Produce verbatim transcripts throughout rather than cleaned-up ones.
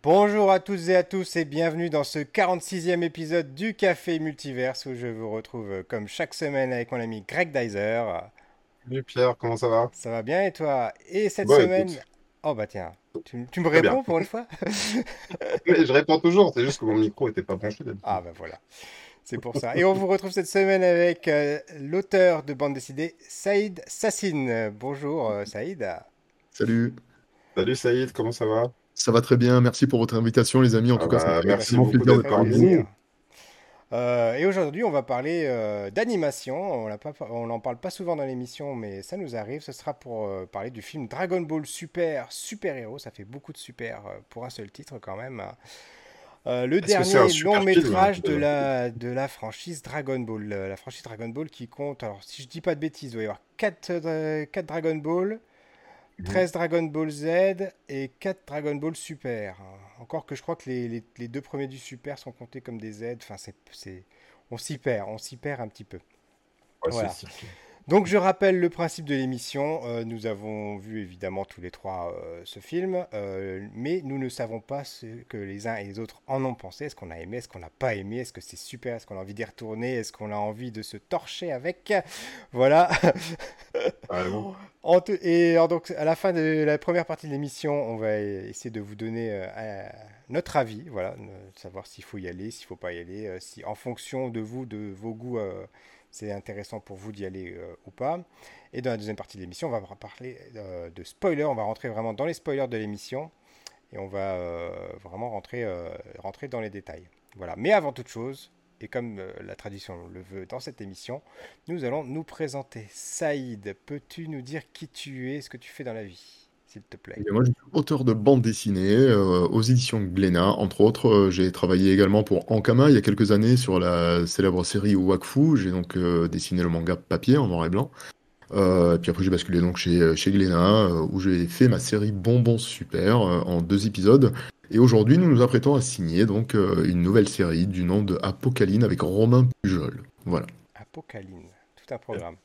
Bonjour à toutes et à tous et bienvenue dans ce quarante-sixième épisode du Café Multiverse où je vous retrouve euh, comme chaque semaine avec mon ami Greg Dyser. Salut Pierre, comment ça va? Ça va bien et toi? Et cette Bon, semaine... écoute, Oh bah tiens, tu, tu me très bien. réponds pour une fois? Mais je réponds toujours, c'est juste que mon micro était pas branché Ah d'habitude. bah voilà, c'est pour ça. Et on vous retrouve cette semaine avec euh, l'auteur de bande dessinée Saïd Sassine. Euh, Bonjour euh, Saïd. Salut, Salut Saïd, comment ça va? ça va très bien. Merci pour votre invitation, les amis. En Ah tout cas, ça me bah, fait Bah merci ça extrêmement me fait beaucoup plaisir d'être très d'être parmi parmi vous. plaisir. nous. Euh, et aujourd'hui, on va parler euh, d'animation. On l'a pas, on n'en parle pas souvent dans l'émission, mais ça nous arrive. Ce sera pour euh, parler du film Dragon Ball Super, Super Héros. Ça fait beaucoup de super euh, pour un seul titre quand même. Euh, le Est-ce que c'est un dernier long super film, hein, métrage de déjà? la, de la franchise Dragon Ball. Euh, La franchise Dragon Ball qui compte, alors si je dis pas de bêtises, il doit y avoir quatre Dragon Ball, Mhm. treize Dragon Ball Z et quatre Dragon Ball Super. Encore que je crois que les, les- les deux premiers du Super sont comptés comme des Z. Enfin, c'est, c'est- on s'y perd, on s'y perd un petit peu. Ouais, c'est Voilà. cirque. Donc je rappelle le principe de l'émission. Euh, nous avons vu évidemment tous les trois euh, ce film, euh, mais nous ne savons pas ce que les uns et les autres en ont pensé. Est-ce qu'on a aimé, est-ce qu'on n'a pas aimé, est-ce que c'est super, est-ce qu'on a envie d'y retourner, est-ce qu'on a envie de se torcher avec. Voilà. Carrément. En te- Et alors, donc à la fin de la première partie de l'émission, on va essayer de vous donner euh, un- notre avis, voilà, ne- savoir s'il faut y aller, s'il faut pas y aller, euh, si en fonction de vous, de vos goûts, euh, c'est intéressant pour vous d'y aller euh, ou pas. Et dans la deuxième partie de l'émission, on va parler euh, de spoilers, on va rentrer vraiment dans les spoilers de l'émission et on va euh, vraiment rentrer, euh, rentrer dans les détails. Voilà. Mais avant toute chose, et comme euh, la tradition le veut dans cette émission, nous allons nous présenter. Saïd, peux-tu nous dire qui tu es, ce que tu fais dans la vie, s'il te plaît? Eh bien, moi, je suis auteur de bande dessinée euh, aux éditions Glénat. Entre autres, euh, j'ai travaillé également pour Ankama il y a quelques années sur la célèbre série Wakfu. J'ai donc euh, dessiné le manga papier en noir et blanc. Euh, et puis après, j'ai basculé donc chez, chez Glénat, euh, où j'ai fait ma série Bonbons Super euh, en deux épisodes. Et aujourd'hui, nous nous apprêtons à signer donc euh, une nouvelle série du nom de Apocalypse avec Romain Pujol. Voilà. Apocalypse, tout un programme.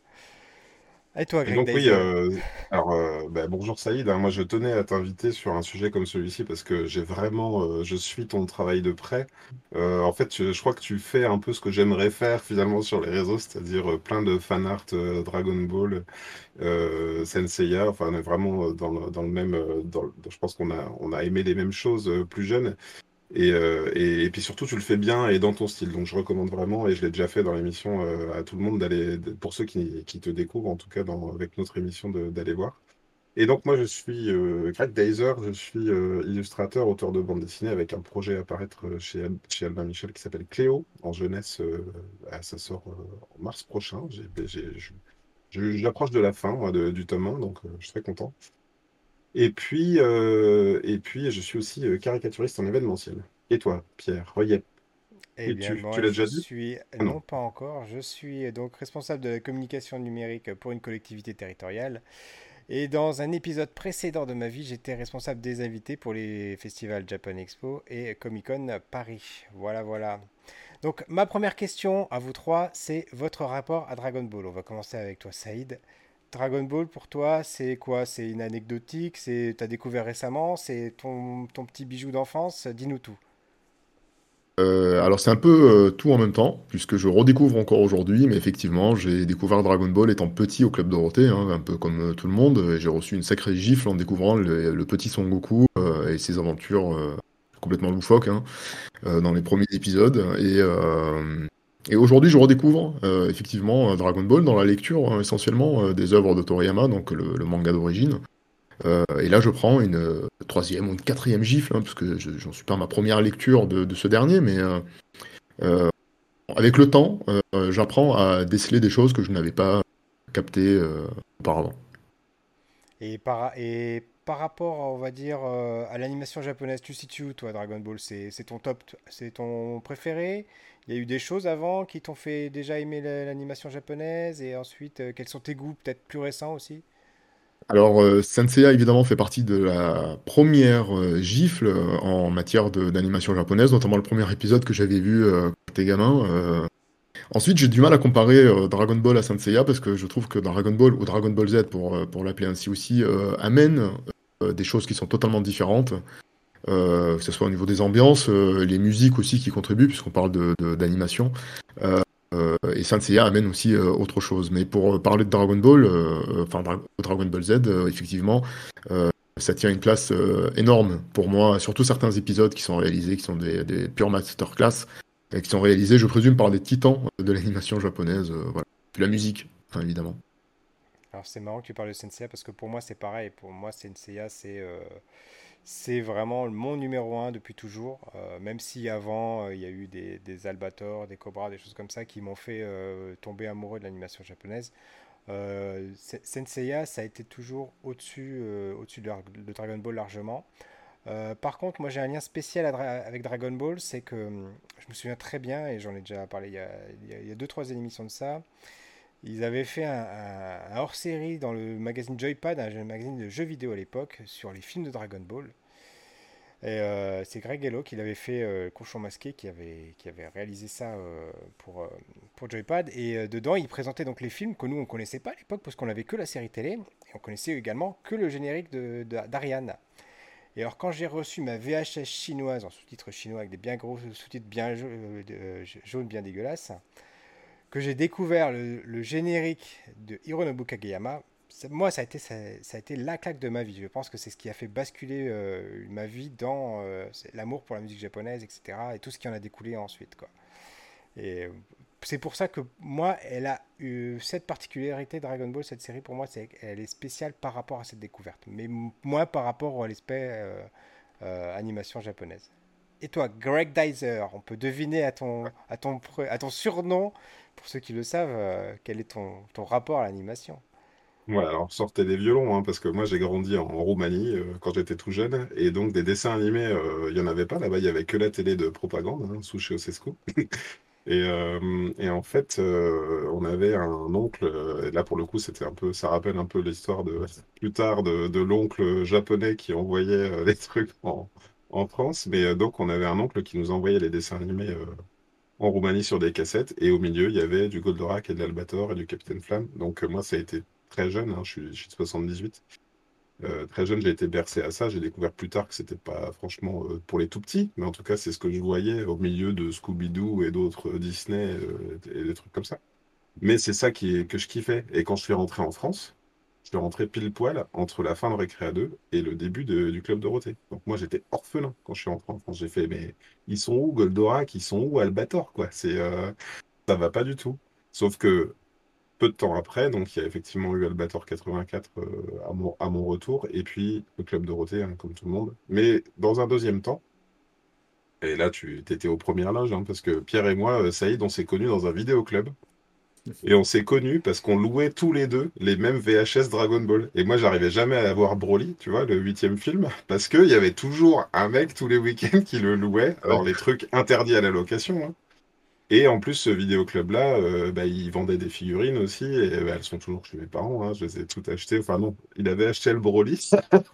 Et toi, Et Greg donc oui, Dyser? euh, alors euh, bah, bonjour Saïd, hein. Moi je tenais à t'inviter sur un sujet comme celui-ci parce que j'ai vraiment, euh, je suis ton travail de près. Euh, en fait, je, je crois que tu fais un peu ce que j'aimerais faire finalement sur les réseaux, c'est-à-dire euh, plein de fan art euh, Dragon Ball, euh, Senseiya. Enfin, on est vraiment euh, dans le, dans le même, euh, dans le- je pense qu'on a, on a aimé les mêmes choses euh, plus jeunes. Et, euh, et, et puis surtout, tu le fais bien et dans ton style. Donc, je recommande vraiment, et je l'ai déjà fait dans l'émission, euh, à tout le monde d'aller, de- pour ceux qui, qui te découvrent, en tout cas dans, avec notre émission, de- d'aller voir. Et donc, moi, je suis euh, Greg Dyser, je suis euh, illustrateur, auteur de bande dessinée avec un projet à paraître euh, chez, Al- chez Albin Michel qui s'appelle Cléo, en jeunesse. Euh, ah, ça sort euh, en mars prochain. J'ai, j'ai- je- je- J'approche de la fin, moi, de- du tome un, donc euh, je suis très content. Et puis, euh, et puis, je suis aussi euh, caricaturiste en événementiel. Et toi, Pierre Royet, Eh qui bien, es-tu? Tu moi, l'as je déjà dit? suis, Ah non. non pas encore, je suis donc responsable de la communication numérique pour une collectivité territoriale. Et dans un épisode précédent de ma vie, j'étais responsable des invités pour les festivals Japan Expo et Comic Con Paris. Voilà, voilà. Donc, ma première question à vous trois, c'est votre rapport à Dragon Ball. On va commencer avec toi, Saïd. Dragon Ball, pour toi, c'est quoi? C'est une anecdotique? C'est t'as découvert récemment? C'est ton, ton petit bijou d'enfance? Dis-nous tout. Euh, alors c'est un peu euh, tout en même temps, puisque je redécouvre encore aujourd'hui, mais effectivement, j'ai découvert Dragon Ball étant petit au Club Dorothée, hein, un peu comme euh, tout le monde, et j'ai reçu une sacrée gifle en découvrant le, le petit Son Goku euh, et ses aventures euh, complètement loufoques hein, euh, dans les premiers épisodes. Et, euh, et aujourd'hui, je redécouvre euh, effectivement euh, Dragon Ball dans la lecture hein, essentiellement euh, des œuvres de Toriyama, donc le, le manga d'origine. Euh, et là, je prends une euh, troisième ou une quatrième gifle, hein, parce que je- j'en suis pas à ma première lecture de, de ce dernier, mais euh, euh, avec le temps, euh, j'apprends à déceler des choses que je n'avais pas captées euh, auparavant. Et par, et par rapport, on va dire, euh, à l'animation japonaise, tu situes où, toi, Dragon Ball? C'est c'est ton top, c'est ton préféré? Il y a eu des choses avant qui t'ont fait déjà aimer la- l'animation japonaise? Et ensuite, euh, quels sont tes goûts, peut-être plus récents aussi? Alors, euh, Senseiya, évidemment, fait partie de la première euh, gifle euh, en matière de- d'animation japonaise, notamment le premier épisode que j'avais vu euh, quand j'étais gamin. euh. Ensuite, j'ai du mal à comparer euh, Dragon Ball à Senseiya parce que je trouve que Dragon Ball, ou Dragon Ball Z pour, euh, pour l'appeler ainsi aussi, euh, amène euh, des choses qui sont totalement différentes. euh, que ce soit au niveau des ambiances, euh, les musiques aussi qui contribuent, puisqu'on parle de, de- d'animation. Euh, euh, et Saint Seiya amène aussi euh, autre chose. Mais pour euh, parler de Dragon Ball, euh, euh, enfin Dra- Dragon Ball Z, euh, effectivement, euh, ça tient une place euh, énorme pour moi, surtout certains épisodes qui sont réalisés, qui sont des, des pure masterclass, et qui sont réalisés, je présume, par des titans de l'animation japonaise. Euh, voilà. Puis la musique, enfin, évidemment. Alors c'est marrant que tu parles de Senseiya parce que pour moi c'est pareil. Pour moi Senseiya c'est euh, c'est vraiment mon numéro un depuis toujours. Euh, même si avant euh, il y a eu des, des Albator, des Cobra, des choses comme ça qui m'ont fait euh, tomber amoureux de l'animation japonaise. Euh, Se- Senseiya ça a été toujours au-dessus euh, au-dessus de, Dra- de Dragon Ball largement. Euh, par contre moi j'ai un lien spécial à Dra- avec Dragon Ball, c'est que hum, je me souviens très bien et j'en ai déjà parlé il y a, il y a, il y a deux trois émissions de ça. Ils avaient fait un, un- un hors-série dans le magazine Joypad, un magazine de jeux vidéo à l'époque, sur les films de Dragon Ball. Et euh, c'est Greg Hello qui l'avait fait, euh, Cochon Masqué, qui avait, qui avait réalisé ça euh, pour, euh, pour Joypad. Et euh, dedans, il présentait donc les films que nous, on ne connaissait pas à l'époque, parce qu'on n'avait que la série télé. Et on connaissait également que le générique de, de- d'Ariane. Et alors, quand j'ai reçu ma V H S chinoise, en sous-titres chinois, avec des bien gros sous-titres bien ja- euh, de- euh, jaunes, bien dégueulasses, que j'ai découvert le, le générique de Hironobu Kageyama, ça- moi, ça a été, ça, ça a été la claque de ma vie. Je pense que c'est ce qui a fait basculer euh, ma vie dans euh, c'est l'amour pour la musique japonaise, et cetera. Et tout ce qui en a découlé ensuite, quoi. Et euh, c'est pour ça que moi, elle a eu cette particularité Dragon Ball, cette série, pour moi, c'est, elle est spéciale par rapport à cette découverte. Mais m- moins par rapport à l'aspect euh, euh, animation japonaise. Et toi, Greg Dyser, on peut deviner à ton, à ton, pre- à ton surnom, pour ceux qui le savent, euh, quel est ton, ton rapport à l'animation. Ouais, alors sortez les violons, hein, parce que moi j'ai grandi en Roumanie euh, quand j'étais tout jeune, et donc des dessins animés, euh, il y en avait pas là-bas, il y avait que la télé de propagande, hein, sous Ceausescu. Et, euh, et en fait, euh, on avait un oncle, euh, et là pour le coup, c'était un peu, ça rappelle un peu l'histoire de plus tard de, de l'oncle japonais qui envoyait euh, les trucs en, en France. Mais euh, donc, on avait un oncle qui nous envoyait les dessins animés euh, en Roumanie sur des cassettes, et au milieu, il y avait du Goldorak et de l'Albator et du Capitaine Flamme. Donc, euh, moi, ça a été très jeune, hein, je suis, je suis de soixante-dix-huit. Euh, très jeune, j'ai été bercé à ça. J'ai découvert plus tard que c'était pas franchement euh, pour les tout petits, mais en tout cas, c'est ce que je voyais au milieu de Scooby-Doo et d'autres euh, Disney euh, et des trucs comme ça. Mais c'est ça qui est, que je kiffais. Et quand je suis rentré en France, je suis rentré pile poil entre la fin de Récréa deux et le début de- du Club Dorothée. Donc moi, j'étais orphelin quand je suis rentré en France. J'ai fait, mais ils sont où Goldorak? Ils sont où Albator, quoi? C'est, euh, ça va pas du tout. Sauf que peu de temps après, donc il y a effectivement eu Albator quatre-vingt-quatre euh, à mon, à mon retour, et puis le Club Dorothée, hein, comme tout le monde. Mais dans un deuxième temps, et là tu étais aux premières loges, hein, parce que Pierre et moi, euh, Saïd, on s'est connus dans un vidéoclub, et on s'est connus parce qu'on louait tous les deux les mêmes V H S Dragon Ball. Et moi, j'arrivais jamais à avoir Broly, tu vois, le huitième film, parce qu'il y avait toujours un mec tous les week-ends qui le louait. Ouais. Alors les trucs interdits à la location, hein. Et en plus, ce vidéoclub-là, euh, bah, il vendait des figurines aussi, et bah, elles sont toujours chez mes parents, hein, je les ai toutes achetées. Enfin non, il avait acheté le Broly,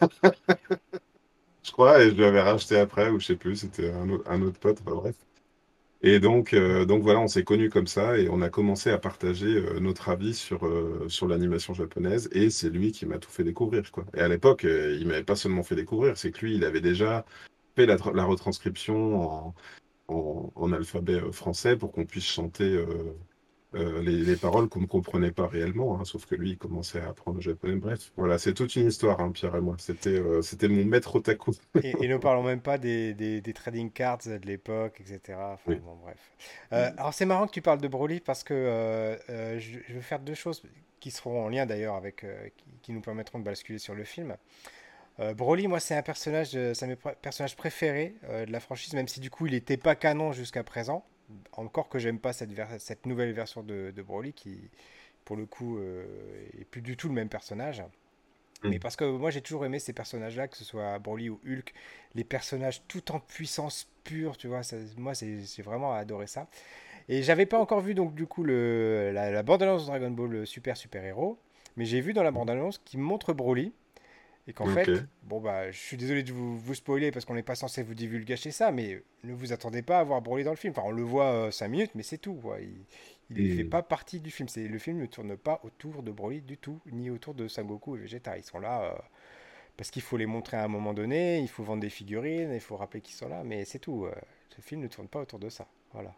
je crois, et je lui avais racheté après, ou je sais plus, c'était un, au- un autre pote, enfin bref. Et donc, euh, donc voilà, on s'est connus comme ça, et on a commencé à partager euh, notre avis sur, euh, sur l'animation japonaise, et c'est lui qui m'a tout fait découvrir, quoi. Et à l'époque, euh, il m'avait pas seulement fait découvrir, c'est que lui, il avait déjà fait la, tra- la retranscription en, en, en alphabet euh, français pour qu'on puisse chanter. euh, euh, les, les paroles qu'on ne comprenait pas réellement, hein, sauf que lui, il commençait à apprendre le japonais. Bref, voilà, c'est toute une histoire, hein, Pierre et moi. C'était euh, c'était mon maître otaku. Et, et ne parlons même pas des, des- des trading cards de l'époque, et cetera. Enfin, Oui. bon, bref. Euh, alors, c'est marrant que tu parles de Broly parce que euh, euh, je, je vais faire deux choses qui seront en lien d'ailleurs avec, euh, qui, qui nous permettront de basculer sur le film. Euh, Broly, moi, c'est un personnage, euh, c'est un de mes pr- personnages préférés euh, de la franchise, même si du coup, il n'était pas canon jusqu'à présent. Encore que j'aime pas cette, ver- cette nouvelle version de, de Broly qui, pour le coup, euh, est plus du tout le même personnage. Mais Mm. parce que moi j'ai toujours aimé ces personnages-là, que ce soit Broly ou Hulk, les personnages tout en puissance pure, tu vois, ça- moi c'est j'ai vraiment adoré ça. Et j'avais pas encore vu donc du coup le, la, la bande-annonce de Dragon Ball Super Super Héros, mais j'ai vu dans la bande-annonce qui montre Broly, et qu'en Ok. fait, bon bah je suis désolé de vous, vous spoiler parce qu'on n'est pas censé vous divulgacher ça, mais ne vous attendez pas à voir Broly dans le film. Enfin on le voit cinq minutes, mais c'est tout, quoi. Il, il fait Mm. pas partie du film. C'est, le film ne tourne pas autour de Broly du tout, ni autour de Sangoku et Vegeta. Ils sont là. euh, parce qu'il faut les montrer à un moment donné, il faut vendre des figurines, il faut rappeler qu'ils sont là, mais c'est tout. euh, Ce film ne tourne pas autour de ça. Voilà.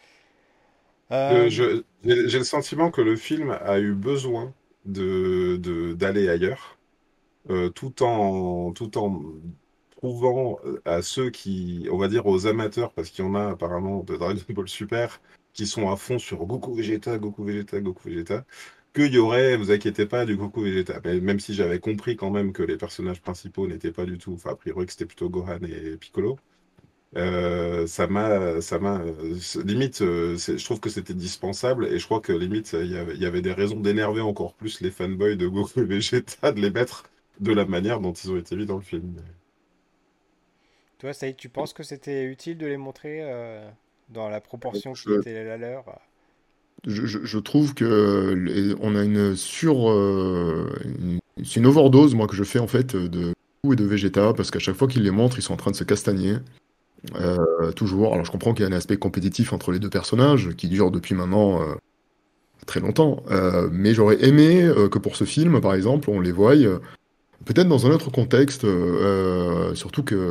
Euh, Euh, je- j'ai j'ai le sentiment que le film a eu besoin de, de- d'aller ailleurs, euh, tout en, tout en prouvant à ceux qui, on va dire aux amateurs, parce qu'il y en a apparemment de Dragon Ball Super, qui sont à fond sur Goku Vegeta, Goku Vegeta, Goku Vegeta, qu'il y aurait, vous inquiétez pas, du Goku Vegeta. Mais même si j'avais compris quand même que les personnages principaux n'étaient pas du tout, enfin, a priori que c'était plutôt Gohan et Piccolo. Euh, ça m'a, ça m'a, euh, c'est- limite, euh, c'est- je trouve que c'était dispensable et je crois que limite, il y avait, il y avait des raisons d'énerver encore plus les fanboys de Goku et Vegeta de les mettre de la manière dont ils ont été mis dans le film. Toi, Saïd, tu penses que c'était utile de les montrer euh, dans la proportion qui Je, était la leur? je, je- je trouve que les- on a une sur, euh, une- c'est une overdose, moi, que je fais en fait de Goku et de Vegeta, parce qu'à chaque fois qu'ils les montrent, ils sont en train de se castagner. Euh, toujours. Alors je comprends qu'il y a un aspect compétitif entre les deux personnages qui dure depuis maintenant euh, très longtemps. Euh, mais j'aurais aimé euh, que pour ce film, par exemple, on les voie euh, peut-être dans un autre contexte, euh, euh, surtout que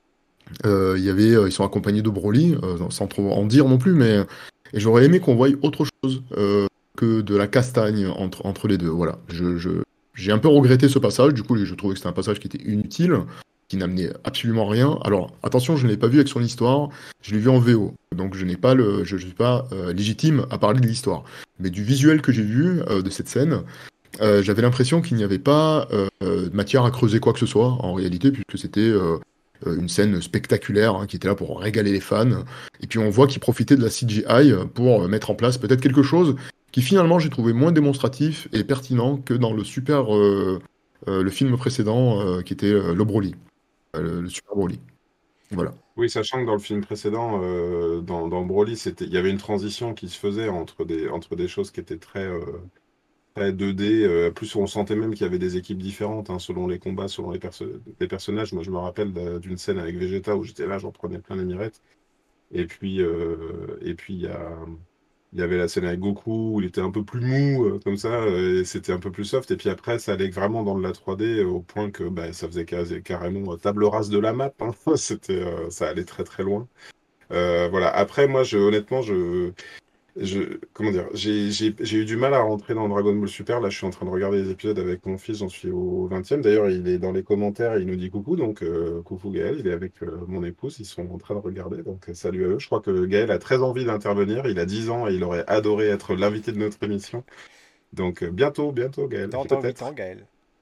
euh, il y avait, euh, ils sont accompagnés de Broly, euh, sans trop en dire non plus, mais et j'aurais aimé qu'on voie autre chose euh, que de la castagne entre, entre les deux. Voilà. Je, je- j'ai un peu regretté ce passage, du coup je trouvais que c'était un passage qui était inutile, qui n'amenait absolument rien. Alors attention, je ne l'ai pas vu avec son histoire, je l'ai vu en V O, donc je n'ai pas le, je ne suis pas euh, légitime à parler de l'histoire. Mais du visuel que j'ai vu euh, de cette scène, euh, j'avais l'impression qu'il n'y avait pas euh, euh, matière à creuser quoi que ce soit en réalité, puisque c'était euh, euh, une scène spectaculaire hein, qui était là pour régaler les fans. Et puis on voit qu'ils profitaient de la C G I pour euh, mettre en place peut-être quelque chose qui finalement j'ai trouvé moins démonstratif et pertinent que dans le super euh, euh, le film précédent euh, qui était euh, le Broly, euh, le, le Super Broly. Voilà. Oui, sachant que dans le film précédent, euh, dans, dans Broly, c'était, il y avait une transition qui se faisait entre des, entre des choses qui étaient très, euh, très deux D. Euh, plus on sentait même qu'il y avait des équipes différentes hein, selon les combats, selon les, perso- les personnages. Moi, je me rappelle de- d'une scène avec Vegeta où j'étais là, j'en prenais plein les mirettes. Et puis, euh, et puis il y a, il y avait la scène avec Goku où il était un peu plus mou, euh, comme ça, euh, et c'était un peu plus soft. Et puis après, ça allait vraiment dans de la trois D euh, au point que bah, ça faisait quasi- carrément euh, table rase de la map. Hein. C'était, euh, ça allait très très loin. Euh, voilà. Après, moi, je, honnêtement, je, je, comment dire, j'ai, j'ai, j'ai eu du mal à rentrer dans Dragon Ball Super. Là, je suis en train de regarder les épisodes avec mon fils. J'en suis au vingtième. D'ailleurs, il est dans les commentaires. Il nous dit coucou. Donc, euh, coucou Gaël. Il est avec euh, mon épouse. Ils sont en train de regarder. Donc, euh, salut à eux. Je crois que Gaël a très envie d'intervenir. Il a dix ans et il aurait adoré être l'invité de notre émission. Donc, euh, bientôt, bientôt, Gaël. Dans, dans huit ans, Peut-être. Gaël.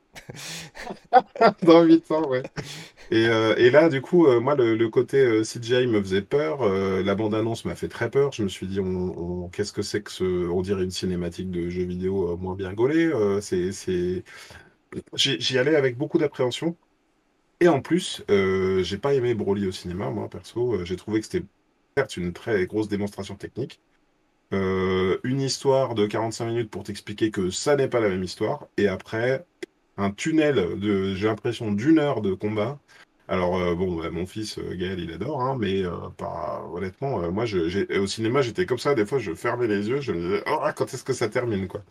Dans huit ans, ouais. Et, euh, et là, du coup, euh, moi, le, le côté euh, C G I me faisait peur. Euh, la bande-annonce m'a fait très peur. Je me suis dit, on, on- qu'est-ce que c'est que ce. On dirait une cinématique de jeu vidéo euh, moins bien gaulée. Euh, c'est, c'est... J'y j'y allais avec beaucoup d'appréhension. Et en plus, euh, j'ai pas aimé Broly au cinéma, moi, perso. Euh, J'ai trouvé que c'était certes une très grosse démonstration technique. Euh, une histoire de quarante-cinq minutes pour t'expliquer que ça n'est pas la même histoire. Et après, un tunnel de, j'ai l'impression, d'une heure de combat. Alors, euh, bon, bah, mon fils, euh, Gaël, il adore, hein, mais euh, pas, honnêtement, euh, moi, je, j'ai, au cinéma, j'étais comme ça, des fois, je fermais les yeux, je me disais, oh, quand est-ce que ça termine, quoi.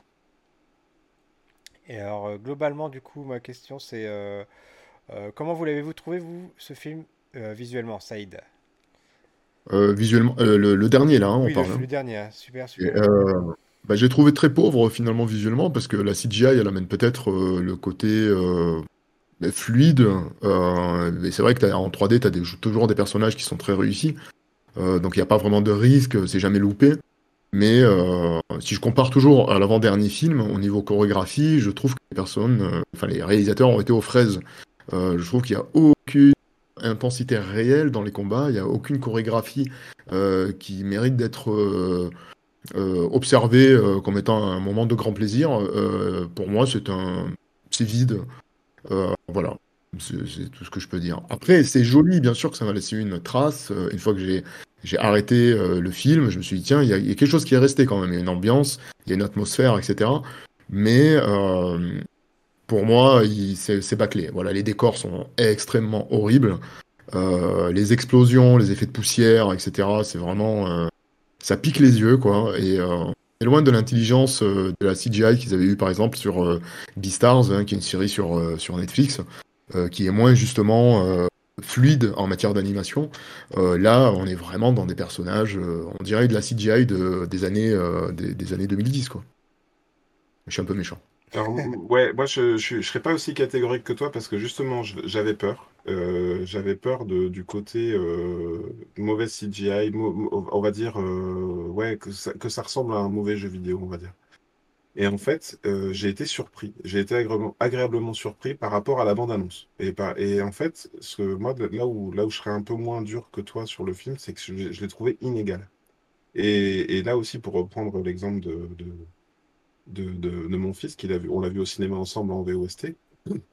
Et alors, euh, globalement, du coup, ma question, c'est euh, euh, comment vous l'avez-vous trouvé, vous, ce film, euh, visuellement, Saïd? Euh, visuellement, euh, le, le dernier là, hein, on Oui, le, parle. Hein. le dernier, hein. Super, Et, super. euh, bah, j'ai trouvé très pauvre finalement visuellement parce que la C G I elle amène peut-être euh, le côté euh, mais fluide. Euh, mais c'est vrai que t'as- en trois D, tu as toujours des personnages qui sont très réussis. Euh, donc il n'y a pas vraiment de risque, c'est jamais loupé. Mais euh, si je compare toujours à l'avant-dernier film, au niveau chorégraphie, je trouve que les personnes, euh, enfin les réalisateurs ont été aux fraises. Euh, je trouve qu'il n'y a aucune intensité réelle dans les combats, il n'y a aucune chorégraphie euh, qui mérite d'être euh, euh, observée euh, comme étant un moment de grand plaisir. Euh, pour moi, c'est un, c'est vide. Euh, voilà, c'est c'est tout ce que je peux dire. Après, c'est joli, bien sûr que ça m'a laissé une trace. Euh, une fois que j'ai j'ai arrêté euh, le film, je me suis dit, tiens, il y, a il y a quelque chose qui est resté quand même. Il y a une ambiance, il y a une atmosphère, et cetera. Mais euh, pour moi, il- c'est c'est bâclé. Voilà, les décors sont extrêmement horribles. Euh, les explosions, les effets de poussière, et cetera. C'est vraiment, euh, ça pique les yeux, quoi. Et euh, c'est loin de l'intelligence euh, de la C G I qu'ils avaient eu, par exemple, sur euh, Beastars, hein, qui est une série sur, euh, sur Netflix. euh, qui est moins justement euh, fluide en matière d'animation. Euh, là, on est vraiment dans des personnages, euh, on dirait de la C G I de, des années, euh, des, des années deux mille dix, quoi. Je suis un peu méchant. Alors, m- ouais, moi je, je, je serais pas aussi catégorique que toi parce que justement je- j'avais peur. Euh, j'avais peur de, du côté euh, mauvaise C G I, mau- mau- on va dire euh, ouais que ça, que ça ressemble à un mauvais jeu vidéo, on va dire. Et en fait, euh, j'ai été surpris. J'ai été agréablement, agréablement surpris par rapport à la bande-annonce. Et, par, et en fait, ce, moi, de- là où, là où je serais un peu moins dur que toi sur le film, c'est que je, je l'ai trouvé inégal. Et, et là aussi, pour reprendre l'exemple de, de, de, de- de mon fils, qu'il a vu, on l'a vu au cinéma ensemble en V O S T,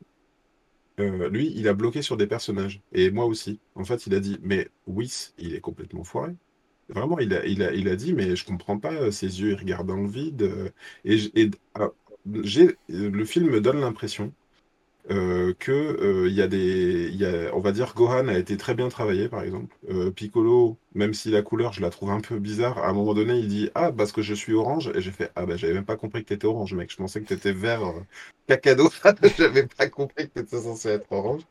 euh, lui, il a bloqué sur des personnages. Et moi aussi. En fait, il a dit, mais Whis, il est complètement foiré. Vraiment, il a, il a, il a dit, mais je comprends pas, euh, ses yeux, ils regardent dans le vide. euh, Et, j- et alors, j'ai, le film me donne l'impression euh, que euh, il y a des, il y a, on va dire, Gohan a été très bien travaillé, par exemple. Euh, Piccolo, même si la couleur, je la trouve un peu bizarre, à un moment donné, il dit, ah, parce que je suis orange. Et j'ai fait, ah, bah, j'avais même pas compris que t'étais orange, mec. Je pensais que t'étais vert, euh, cacado. J'avais pas compris que t'étais censé être orange.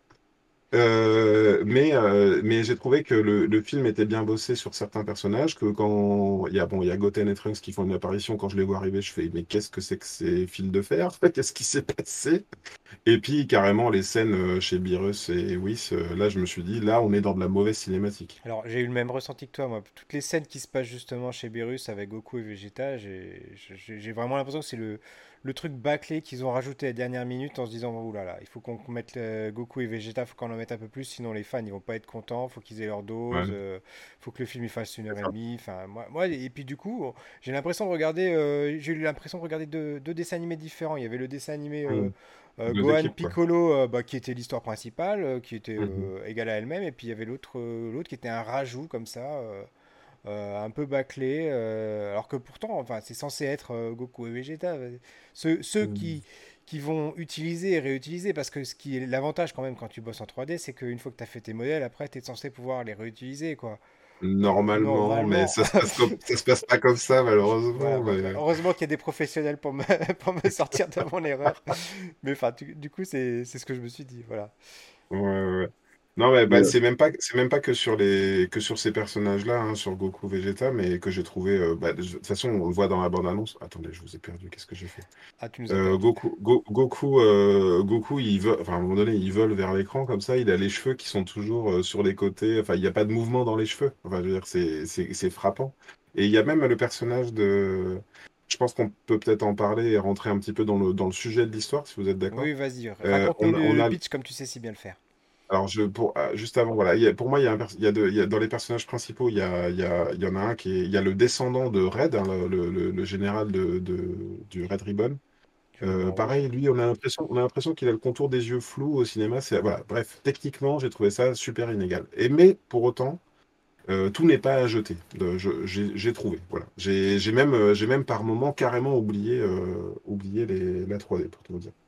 Euh, mais euh, mais j'ai trouvé que le, le film était bien bossé sur certains personnages, que quand il y a bon il y a Goten et Trunks qui font une apparition, quand je les vois arriver, je fais mais qu'est-ce que c'est que ces fils de fer? Qu'est-ce qui s'est passé? Et puis carrément les scènes euh, chez Beerus et Whis, euh, là je me suis dit là on est dans de la mauvaise cinématique. Alors, j'ai eu le même ressenti que toi, moi. Toutes les scènes qui se passent justement chez Beerus avec Goku et Vegeta, j'ai j'ai- j'ai vraiment l'impression que c'est le, le truc bâclé qu'ils ont rajouté à la dernière minute en se disant, oh là là, il faut qu'on mette euh, Goku et Vegeta, faut qu'on en mette un peu plus, sinon les fans ils vont pas être contents, faut qu'ils aient leur dose, Ouais, euh, faut que le film il fasse une c'est heure et ça. demie. Enfin, moi, moi, et puis du coup, j'ai l'impression de regarder, euh, j'ai eu l'impression de regarder deux, deux dessins animés différents. Il y avait le dessin animé euh, Mm. euh, Deux Gohan équipes quoi. Piccolo, euh, bah, qui était l'histoire principale, euh, qui était Mhm. euh, égale à elle-même, et puis il y avait l'autre euh, l'autre qui était un rajout comme ça, euh, euh, un peu bâclé, euh, alors que pourtant, enfin, c'est censé être euh, Goku et Vegeta. euh, Ceux, ceux Mm. qui, qui vont utiliser et réutiliser, parce que ce qui est l'avantage quand même quand tu bosses en trois D, c'est qu'une fois que tu as fait tes modèles, après, tu es censé pouvoir les réutiliser, quoi. Euh, Normalement, mais normalement. ça se passe comme ça se passe pas comme ça Voilà, malheureusement. bah, bah, Mais... heureusement qu'il y a des professionnels pour me, pour me sortir de mon erreur. Mais enfin, tu- du coup, c'est c'est ce que je me suis dit. Voilà. Ouais, ouais, ouais. Non, mais Mais, bah, euh, c'est même pas, c'est même pas que sur les, que sur ces personnages-là, hein, sur Goku, Vegeta, mais que j'ai trouvé. euh, bah, de toute façon, on le voit dans la bande-annonce. Attendez, je vous ai perdu. Qu'est-ce que j'ai fait? Ah, tu nous as Euh, perdu. Goku, Go- Goku, euh, Goku, il veut, enfin, à un moment donné, il vole vers l'écran comme ça. Il a les cheveux qui sont toujours euh, sur les côtés. Enfin, il n'y a pas de mouvement dans les cheveux. Enfin, je veux dire, c'est, c'est, c'est frappant. Et il y a même le personnage de. Je pense qu'on peut peut-être en parler et rentrer un petit peu dans le, dans le sujet de l'histoire, si vous êtes d'accord. Oui, vas-y, Euh, raconte-nous on, a- le, on le a, pitch comme tu sais si bien le faire. alors, je, pour, ah, juste avant, voilà, il y a- pour moi, il y a un pers- il y a de- il y a- dans les personnages principaux, il y a, il y a- il y en a un qui est, il y a le descendant de Red, hein, le, le- le- le général de, de- du Red Ribbon. Du Euh, ruban rouge. pareil, lui, on a l'impression, on a l'impression qu'il a le contour des yeux flous au cinéma. C'est, voilà, bref, techniquement, j'ai trouvé ça super inégal. Et mais pour autant, euh, tout n'est pas à jeter. De- je- j'ai j'ai trouvé, voilà. J'ai j'ai même, euh, j'ai même par moments carrément oublié, euh, oublié les, la trois D pour tout vous dire.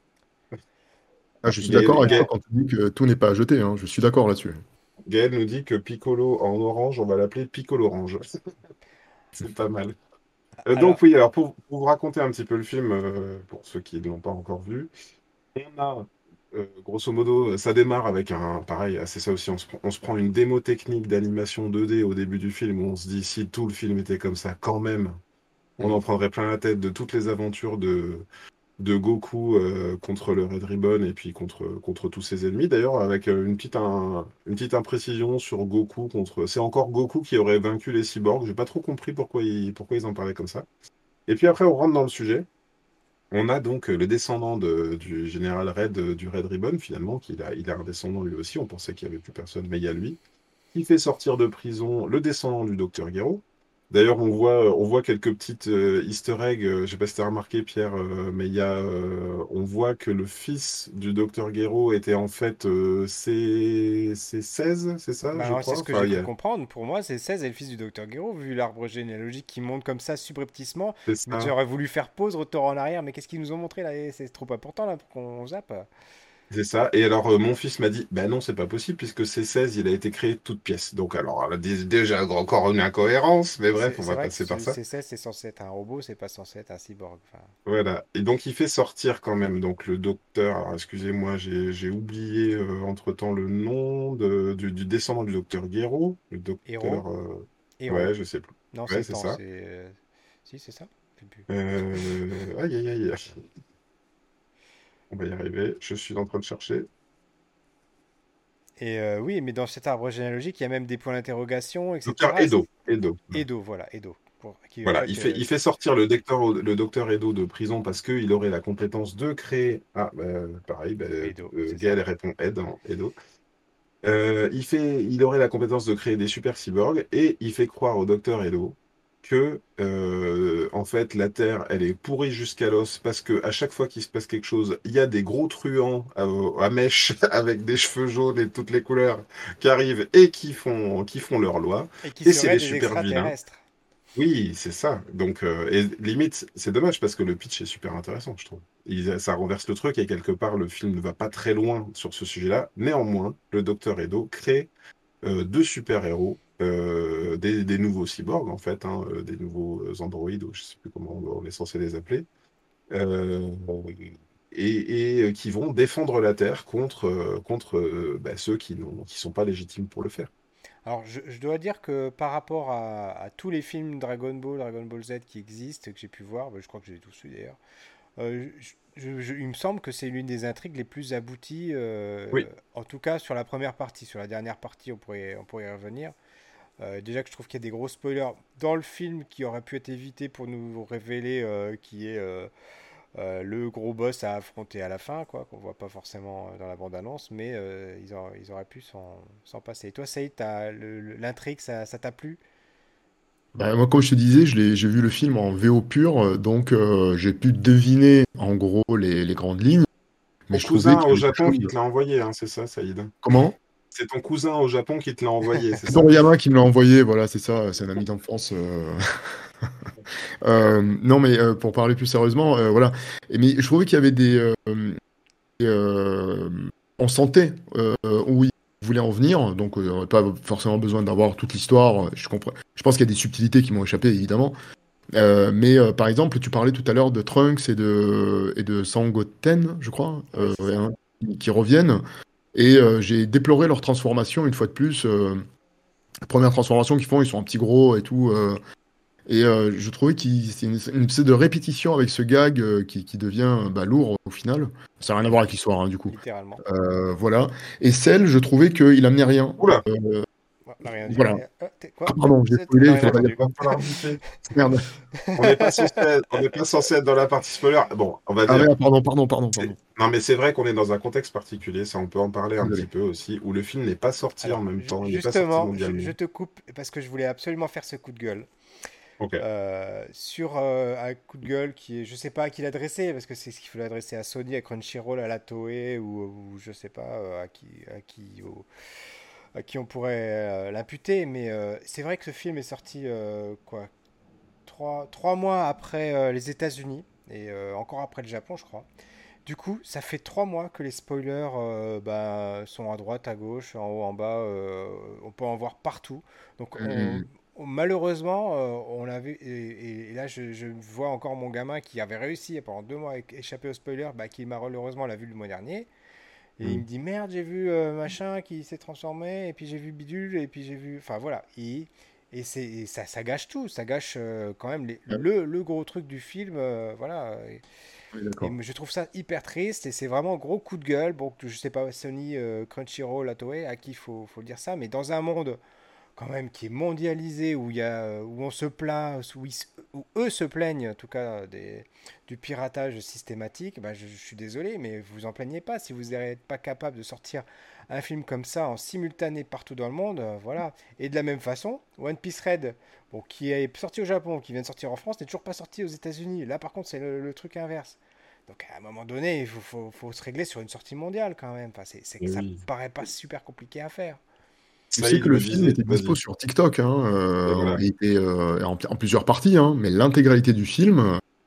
ah, je suis d'accord Gaël, avec toi Alors, quand tu dis que tout n'est pas à jeter, hein. Je suis d'accord là-dessus. Gaël nous dit que Piccolo en orange, on va l'appeler Piccolo Orange. C'est pas mal. Euh, donc alors, oui, alors pour, pour vous raconter un petit peu le film, euh, pour ceux qui ne l'ont pas encore vu, on a, euh, grosso modo, ça démarre avec un, pareil, ah, c'est ça aussi, on se, prend- on se prend une démo technique d'animation deux D au début du film, où on se dit, si tout le film était comme ça, quand même, on en hmm. prendrait plein la tête de toutes les aventures de, de Goku euh, contre le Red Ribbon et puis contre, contre tous ses ennemis. D'ailleurs, avec euh, une petite, un- une petite imprécision sur Goku contre... C'est encore Goku qui aurait vaincu les cyborgs, j'ai pas trop compris pourquoi ils, pourquoi ils en parlaient comme ça. Et puis après, on rentre dans le sujet. On a donc euh, le descendant de- du général Red, euh, du Red Ribbon, finalement, qu'il a, il a un descendant lui aussi. On pensait qu'il n'y avait plus personne, mais il y a lui. Qui fait sortir de prison le descendant du docteur Gero. D'ailleurs, on voit, on voit quelques petites euh, easter eggs. euh, je sais pas si tu as remarqué, Pierre, euh, mais il y a, euh, on voit que le fils du docteur Gero était en fait euh, C... C seize, c'est ça, Bah je alors, c'est crois. ce que Enfin, j'ai il y cru a... comprendre. Pour moi, c'est seize et le fils du docteur Gero, vu l'arbre généalogique qui monte comme ça subrepticement. C'est Mais ça. j'aurais voulu faire pause, retour en arrière. Mais qu'est-ce qu'ils nous ont montré là? Eh, c'est trop important là pour qu'on zappe. C'est ça. Et alors, euh, mon fils m'a dit, ben non, c'est pas possible, puisque C seize, il a été créé de toute pièce. Donc, alors, là, dé- déjà, encore une incohérence, mais bref, C'est on c'est va vrai que passer par ce ça. C seize, c'est censé être un robot, c'est pas censé être un cyborg. Enfin, Voilà. Et donc, il fait sortir quand même, donc, le docteur, alors, excusez-moi, j'ai j'ai oublié, euh, entre-temps, le nom de- du, du descendant du docteur Guéraud, le héros, docteur, euh, héros. ouais, je sais plus. Non, Ouais, c'est c'est temps, ça. c'est. euh, Si, c'est ça? Je sais plus. Euh, Aïe, aïe, aïe, aïe. On va y arriver. Je suis en train de chercher. Et euh, oui, mais dans cet arbre généalogique, il y a même des points d'interrogation, Docteur et cetera. Et c'est Edo. Edo. Edo, voilà, Edo. Pour, qui en Voilà, il fait. fait, euh, il fait sortir le docteur, le docteur Edo de prison parce qu'il aurait la compétence de créer. Ah, bah, pareil, bah, Edo, euh, c'est ça. Gaël répond Ed, hein, Edo. Euh, il fait, il aurait la compétence de créer des super cyborgs et il fait croire au docteur Edo que, euh, en fait, la Terre, elle est pourrie jusqu'à l'os parce que à chaque fois qu'il se passe quelque chose, il y a des gros truands à, à mèche avec des cheveux jaunes et de toutes les couleurs qui arrivent et qui font, qui font leur loi. Et qui Et c'est seraient des des super vilains. extraterrestres. Oui, c'est ça. Donc, euh, et limite, c'est dommage parce que le pitch est super intéressant, je trouve. Il- ça renverse le truc et quelque part, le film ne va pas très loin sur ce sujet-là. Néanmoins, le docteur Edo crée euh, deux super-héros, euh, des, des nouveaux cyborgs, en fait, hein, euh, des nouveaux euh, androïdes, ou je sais plus comment on est censé les appeler, euh, et, et, euh, qui vont défendre la Terre contre, euh, contre euh, bah, ceux qui n'ont, qui sont pas légitimes pour le faire. Alors, je, je dois dire que par rapport à, à tous les films Dragon Ball, Dragon Ball Z qui existent, que j'ai pu voir, bah, je crois que j'ai tous vu d'ailleurs, euh, je- je- je- il me semble que c'est l'une des intrigues les plus abouties, euh, Oui, en tout cas sur la première partie. Sur la dernière partie, on pourrait, on pourrait y revenir. Euh, déjà que je trouve qu'il y a des gros spoilers dans le film qui auraient pu être évités pour nous révéler euh, qui est euh, euh, le gros boss à affronter à la fin, quoi, qu'on voit pas forcément dans la bande-annonce, mais euh, ils, auraient, ils auraient pu s'en s'en passer. Et toi, Saïd, t'as le- le- l'intrigue, ça ça t'a plu? Bah, moi, comme je te disais, je l'ai, j'ai vu le film en V O pur, euh, donc euh, j'ai pu deviner en gros les, les grandes lignes, mais ton je trouvais cousin qu'il au y avait quelque Japon chose. qui te l'a envoyé, hein, c'est ça, Saïd? Comment? C'est ton cousin au Japon qui te l'a envoyé, c'est C'est ça? Toriyama qui me l'a envoyé, voilà, c'est ça, c'est un ami d'enfance. euh. Euh, non, mais euh, pour parler plus sérieusement, euh, voilà. Et, mais je trouvais qu'il y avait des. euh, des, euh, on sentait euh, où il voulait en venir, donc euh, on n'aurait pas forcément besoin d'avoir toute l'histoire. Je comprends. Je pense qu'il y a des subtilités qui m'ont échappé, évidemment. Euh, mais euh, par exemple, tu parlais tout à l'heure de Trunks et de, et de Sangoten, je crois, Ouais, euh, c'est ouais, ça. hein, qui reviennent. Et euh, j'ai déploré leur transformation une fois de plus. Euh, la première transformation qu'ils font, ils sont un petit gros et tout. euh, et euh, je trouvais que c'est une, une espèce de répétition avec ce gag euh, qui, qui devient bah, lourd au final. Ça n'a rien à voir avec l'histoire, hein, du coup. Littéralement. Euh, voilà. Et Cell, je trouvais qu'il amenait rien. Oula, Euh, Ouais, on n'a rien dit. voilà. Eh, euh, t'es- Ah, quoi? pardon, j'ai C'est- On n'a spoilé, il rien fallait pas dire entendu. va ça. falloir bouger. Merde. On n'est pas censé être, on n'est pas censé être dans la partie spoiler. Bon, on va Ah dire. merde, pardon, pardon, pardon, c'est- pardon. Non, mais c'est vrai qu'on est dans un contexte particulier, ça on peut en parler un petit Désolé. peu aussi, où le film n'est pas sorti en Alors, même ju- temps, il n'est pas sorti justement, je, mondialement. je te coupe parce que je voulais absolument faire ce coup de gueule. Ok. Euh, sur euh, un coup de gueule qui est, je sais pas à qui l'adresser, parce que c'est ce qu'il faut l'adresser à Sony, à Crunchyroll, à la Toei, ou, ou je sais pas euh, à qui, à qui, au- à qui on pourrait euh, l'imputer, mais euh, c'est vrai que ce film est sorti euh, quoi, trois, trois mois après euh, les États-Unis, et euh, encore après le Japon, je crois. Du coup, ça fait trois mois que les spoilers euh, bah, sont à droite, à gauche, en haut, en bas. Euh, on peut en voir partout. Donc, on- Hum, on- malheureusement, euh, on l'a vu. Et, et- et là, je, je vois encore mon gamin qui avait réussi pendant deux mois à échapper aux spoilers, bah, qui malheureusement l'a vu le mois dernier. Et il me Mm. dit merde, j'ai vu euh, machin qui s'est transformé, et puis j'ai vu bidule, et puis j'ai vu. Enfin voilà. Et, et c'est, et ça, ça gâche tout. Ça gâche euh, quand même les- ouais, le, le gros truc du film. Euh, voilà. oui, Et d'accord. je trouve ça hyper triste et c'est vraiment un gros coup de gueule. Bon, je sais pas, Sony, euh, Crunchyroll, la Toei, à qui il faut, faut le dire ça, mais dans un monde quand même qui est mondialisé, où, il y a, où on se plaint, où, ils se- où eux se plaignent en tout cas des, du piratage systématique, bah, je, je suis désolé, mais vous en plaignez pas. Si vous n'êtes pas capable de sortir un film comme ça en simultané partout dans le monde, euh, voilà. Et de la même façon, One Piece Red, bon, qui est sorti au Japon, qui vient de sortir en France, n'est toujours pas sorti aux États-Unis. Là, par contre, c'est le, le truc inverse. Donc à un moment donné, il faut, faut- faut se régler sur une sortie mondiale quand même. Enfin, c'est, c'est que Et ça me oui. paraît pas super compliqué à faire. Tu sais Saïd que le me film disait, était dispo vas-y. sur TikTok, hein, Et euh, voilà. il était euh, en, en plusieurs parties, hein, mais l'intégralité du film.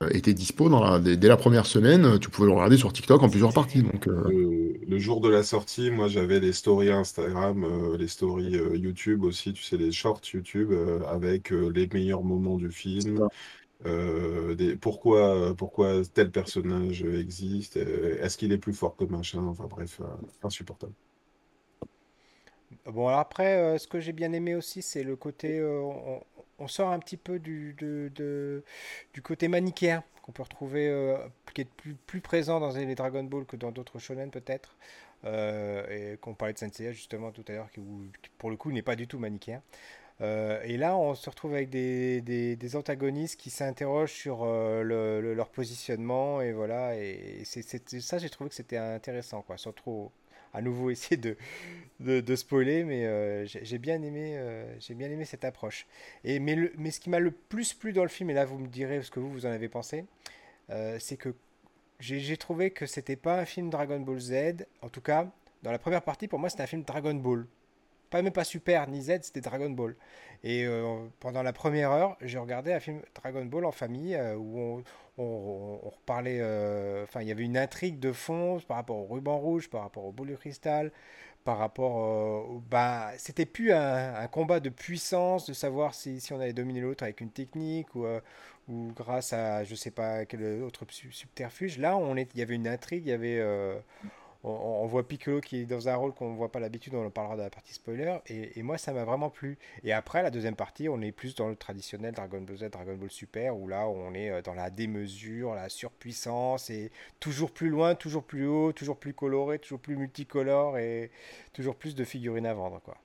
euh, était dispo dans la, dès, dès la première semaine. Tu pouvais le regarder sur TikTok en C'est plusieurs parties. terrible. Donc, euh, Le, le jour de la sortie, moi j'avais les stories Instagram, euh, les stories euh, YouTube aussi, tu sais, les shorts YouTube euh, avec euh, les meilleurs moments du c'est film, ça. euh, des, pourquoi, pourquoi tel personnage existe, euh, est-ce qu'il est plus fort que machin, enfin bref, euh, insupportable. Bon, alors après, euh, ce que j'ai bien aimé aussi, c'est le côté. Euh, on, on sort un petit peu du, de- de- du côté manichéen qu'on peut retrouver, euh, qui est plus, plus présent dans les Dragon Ball que dans d'autres shonen peut-être. Euh, et qu'on parlait de Senseiya justement tout à l'heure, qui, où- qui, pour le coup n'est pas du tout manichéen. Euh, et là, on se retrouve avec des, des- des antagonistes qui s'interrogent sur euh, le- le- leur positionnement, et voilà. Et c'est, c'est- ça, j'ai trouvé que c'était intéressant, quoi, sans trop à nouveau essayer de, de, de spoiler, mais euh, j'ai j'ai bien aimé, euh, j'ai bien aimé cette approche. Et mais, le, mais ce qui m'a le plus plu dans le film, et là vous me direz ce que vous vous en avez pensé, euh, c'est que j'ai j'ai trouvé que c'était pas un film Dragon Ball Z. En tout cas, dans la première partie, pour moi, c'était un film Dragon Ball. Pas même pas Super ni Z, c'était Dragon Ball. Et euh, pendant la première heure, j'ai regardé un film Dragon Ball en famille euh, où on, on, on reparlait. euh, Enfin, il y avait une intrigue de fond par rapport au ruban rouge, par rapport au boule de cristal, par rapport. Euh, au- bah, c'était plus un, un combat de puissance, de savoir si, si on allait dominer l'autre avec une technique ou, euh, ou grâce à je sais pas quel autre su- subterfuge. Là, on est, il y avait une intrigue, il y avait. euh, on, on voit Piccolo qui est dans un rôle qu'on ne voit pas l'habitude, on en parlera dans la partie spoiler, et, et moi ça m'a vraiment plu. Et après, la deuxième partie, on est plus dans le traditionnel Dragon Ball Z, Dragon Ball Super, où là on est euh, dans la démesure, la surpuissance, et toujours plus loin, toujours plus haut, toujours plus coloré, toujours plus multicolore, et toujours plus de figurines à vendre, quoi.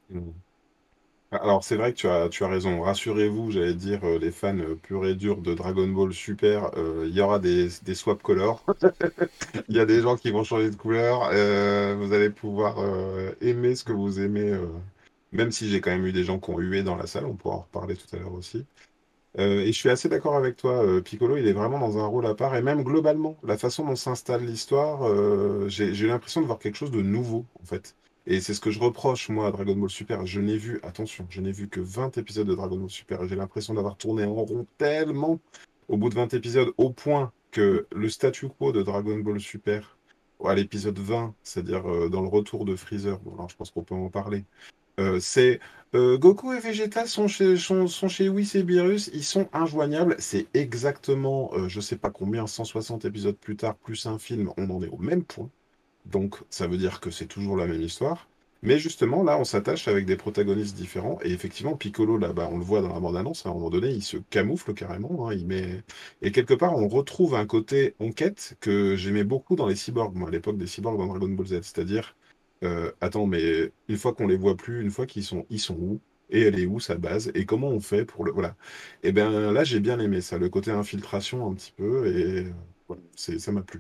Alors, c'est vrai que tu as, tu as raison. Rassurez-vous, j'allais dire, euh, les fans euh, purs et durs de Dragon Ball Super, euh, il y aura des, des swap colors. Il y a des gens qui vont changer de couleur. Euh, vous allez pouvoir euh, aimer ce que vous aimez, euh, même si j'ai quand même eu des gens qui ont hué dans la salle. On pourra en reparler tout à l'heure aussi. Euh, et je suis assez d'accord avec toi. euh, Piccolo, il est vraiment dans un rôle à part. Et même globalement, la façon dont s'installe l'histoire, euh, j'ai j'ai eu l'impression de voir quelque chose de nouveau, en fait. Et c'est ce que je reproche, moi, à Dragon Ball Super. Je n'ai vu, attention, je n'ai vu que vingt épisodes de Dragon Ball Super. Et j'ai l'impression d'avoir tourné en rond tellement au bout de vingt épisodes, au point que le statu quo de Dragon Ball Super, à l'épisode vingt, c'est-à-dire euh, dans le retour de Freezer, bon, alors je pense qu'on peut en parler. Euh, c'est euh, Goku et Vegeta sont chez, sont, sont chez Whis et Beerus, ils sont injoignables. C'est exactement, euh, je sais pas combien, cent soixante épisodes plus tard, plus un film, on en est au même point. Donc ça veut dire que c'est toujours la même histoire. Mais justement, là, on s'attache avec des protagonistes différents. Et effectivement, Piccolo, là, bah, on le voit dans la bande-annonce, à un moment donné, il se camoufle carrément, hein, il met... Et quelque part, on retrouve un côté enquête que j'aimais beaucoup dans les cyborgs, moi, à l'époque des cyborgs dans Dragon Ball Z. C'est-à-dire, euh, attends, mais une fois qu'on les voit plus, une fois qu'ils sont, ils sont où? Et elle est où, sa base? Et comment on fait pour le... Voilà. Et bien là, j'ai bien aimé ça, le côté infiltration un petit peu. Et euh, voilà, c'est, ça m'a plu.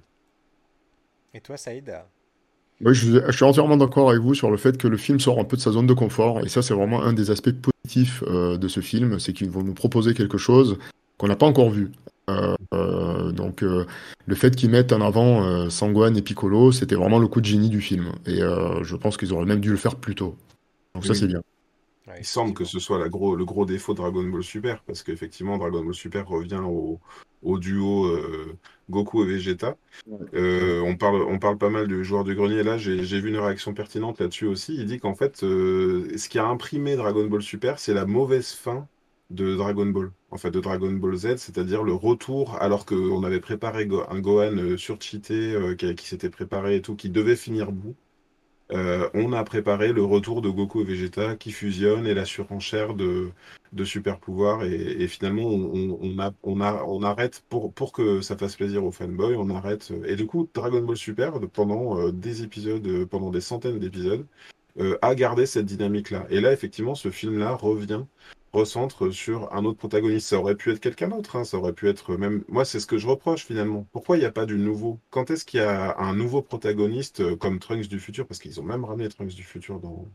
Et toi, Saïd? Oui, je, je suis entièrement d'accord avec vous sur le fait que le film sort un peu de sa zone de confort. Et ça, c'est vraiment un des aspects positifs euh, de ce film, c'est qu'ils vont nous proposer quelque chose qu'on n'a pas encore vu. Euh, euh, donc, euh, le fait qu'ils mettent en avant euh, Sangwan et Piccolo, c'était vraiment le coup de génie du film. Et euh, je pense qu'ils auraient même dû le faire plus tôt. Donc ça, c'est Oui. bien. Ouais, Il semble que effectivement. ce soit la gros, le gros défaut de Dragon Ball Super, parce qu'effectivement, Dragon Ball Super revient au, au duo euh, Goku et Vegeta. Euh, on parle, on parle pas mal du joueur du grenier. Là, j'ai, j'ai vu une réaction pertinente là-dessus aussi. Il dit qu'en fait, euh, ce qui a imprimé Dragon Ball Super, c'est la mauvaise fin de Dragon Ball. En fait, de Dragon Ball Z, c'est-à-dire le retour, alors qu'on avait préparé Go- un Gohan euh, surcheaté, euh, qui, qui s'était préparé et tout, qui devait finir bout. Euh, on a préparé le retour de Goku et Vegeta qui fusionnent et la surenchère de, de super pouvoirs. Et, et finalement, on, on, a, on, a, on arrête, pour, pour que ça fasse plaisir aux fanboys, on arrête. Et du coup, Dragon Ball Super, pendant euh, des épisodes, euh, pendant des centaines d'épisodes, euh, a gardé cette dynamique-là. Et là, effectivement, ce film-là revient, recentre sur un autre protagoniste. Ça aurait pu être quelqu'un d'autre, hein, ça aurait pu être même... Moi, c'est ce que je reproche finalement. Pourquoi il n'y a pas du nouveau? Quand est-ce qu'il y a un nouveau protagoniste euh, comme Trunks du futur? Parce qu'ils ont même ramené Trunks du futur dans,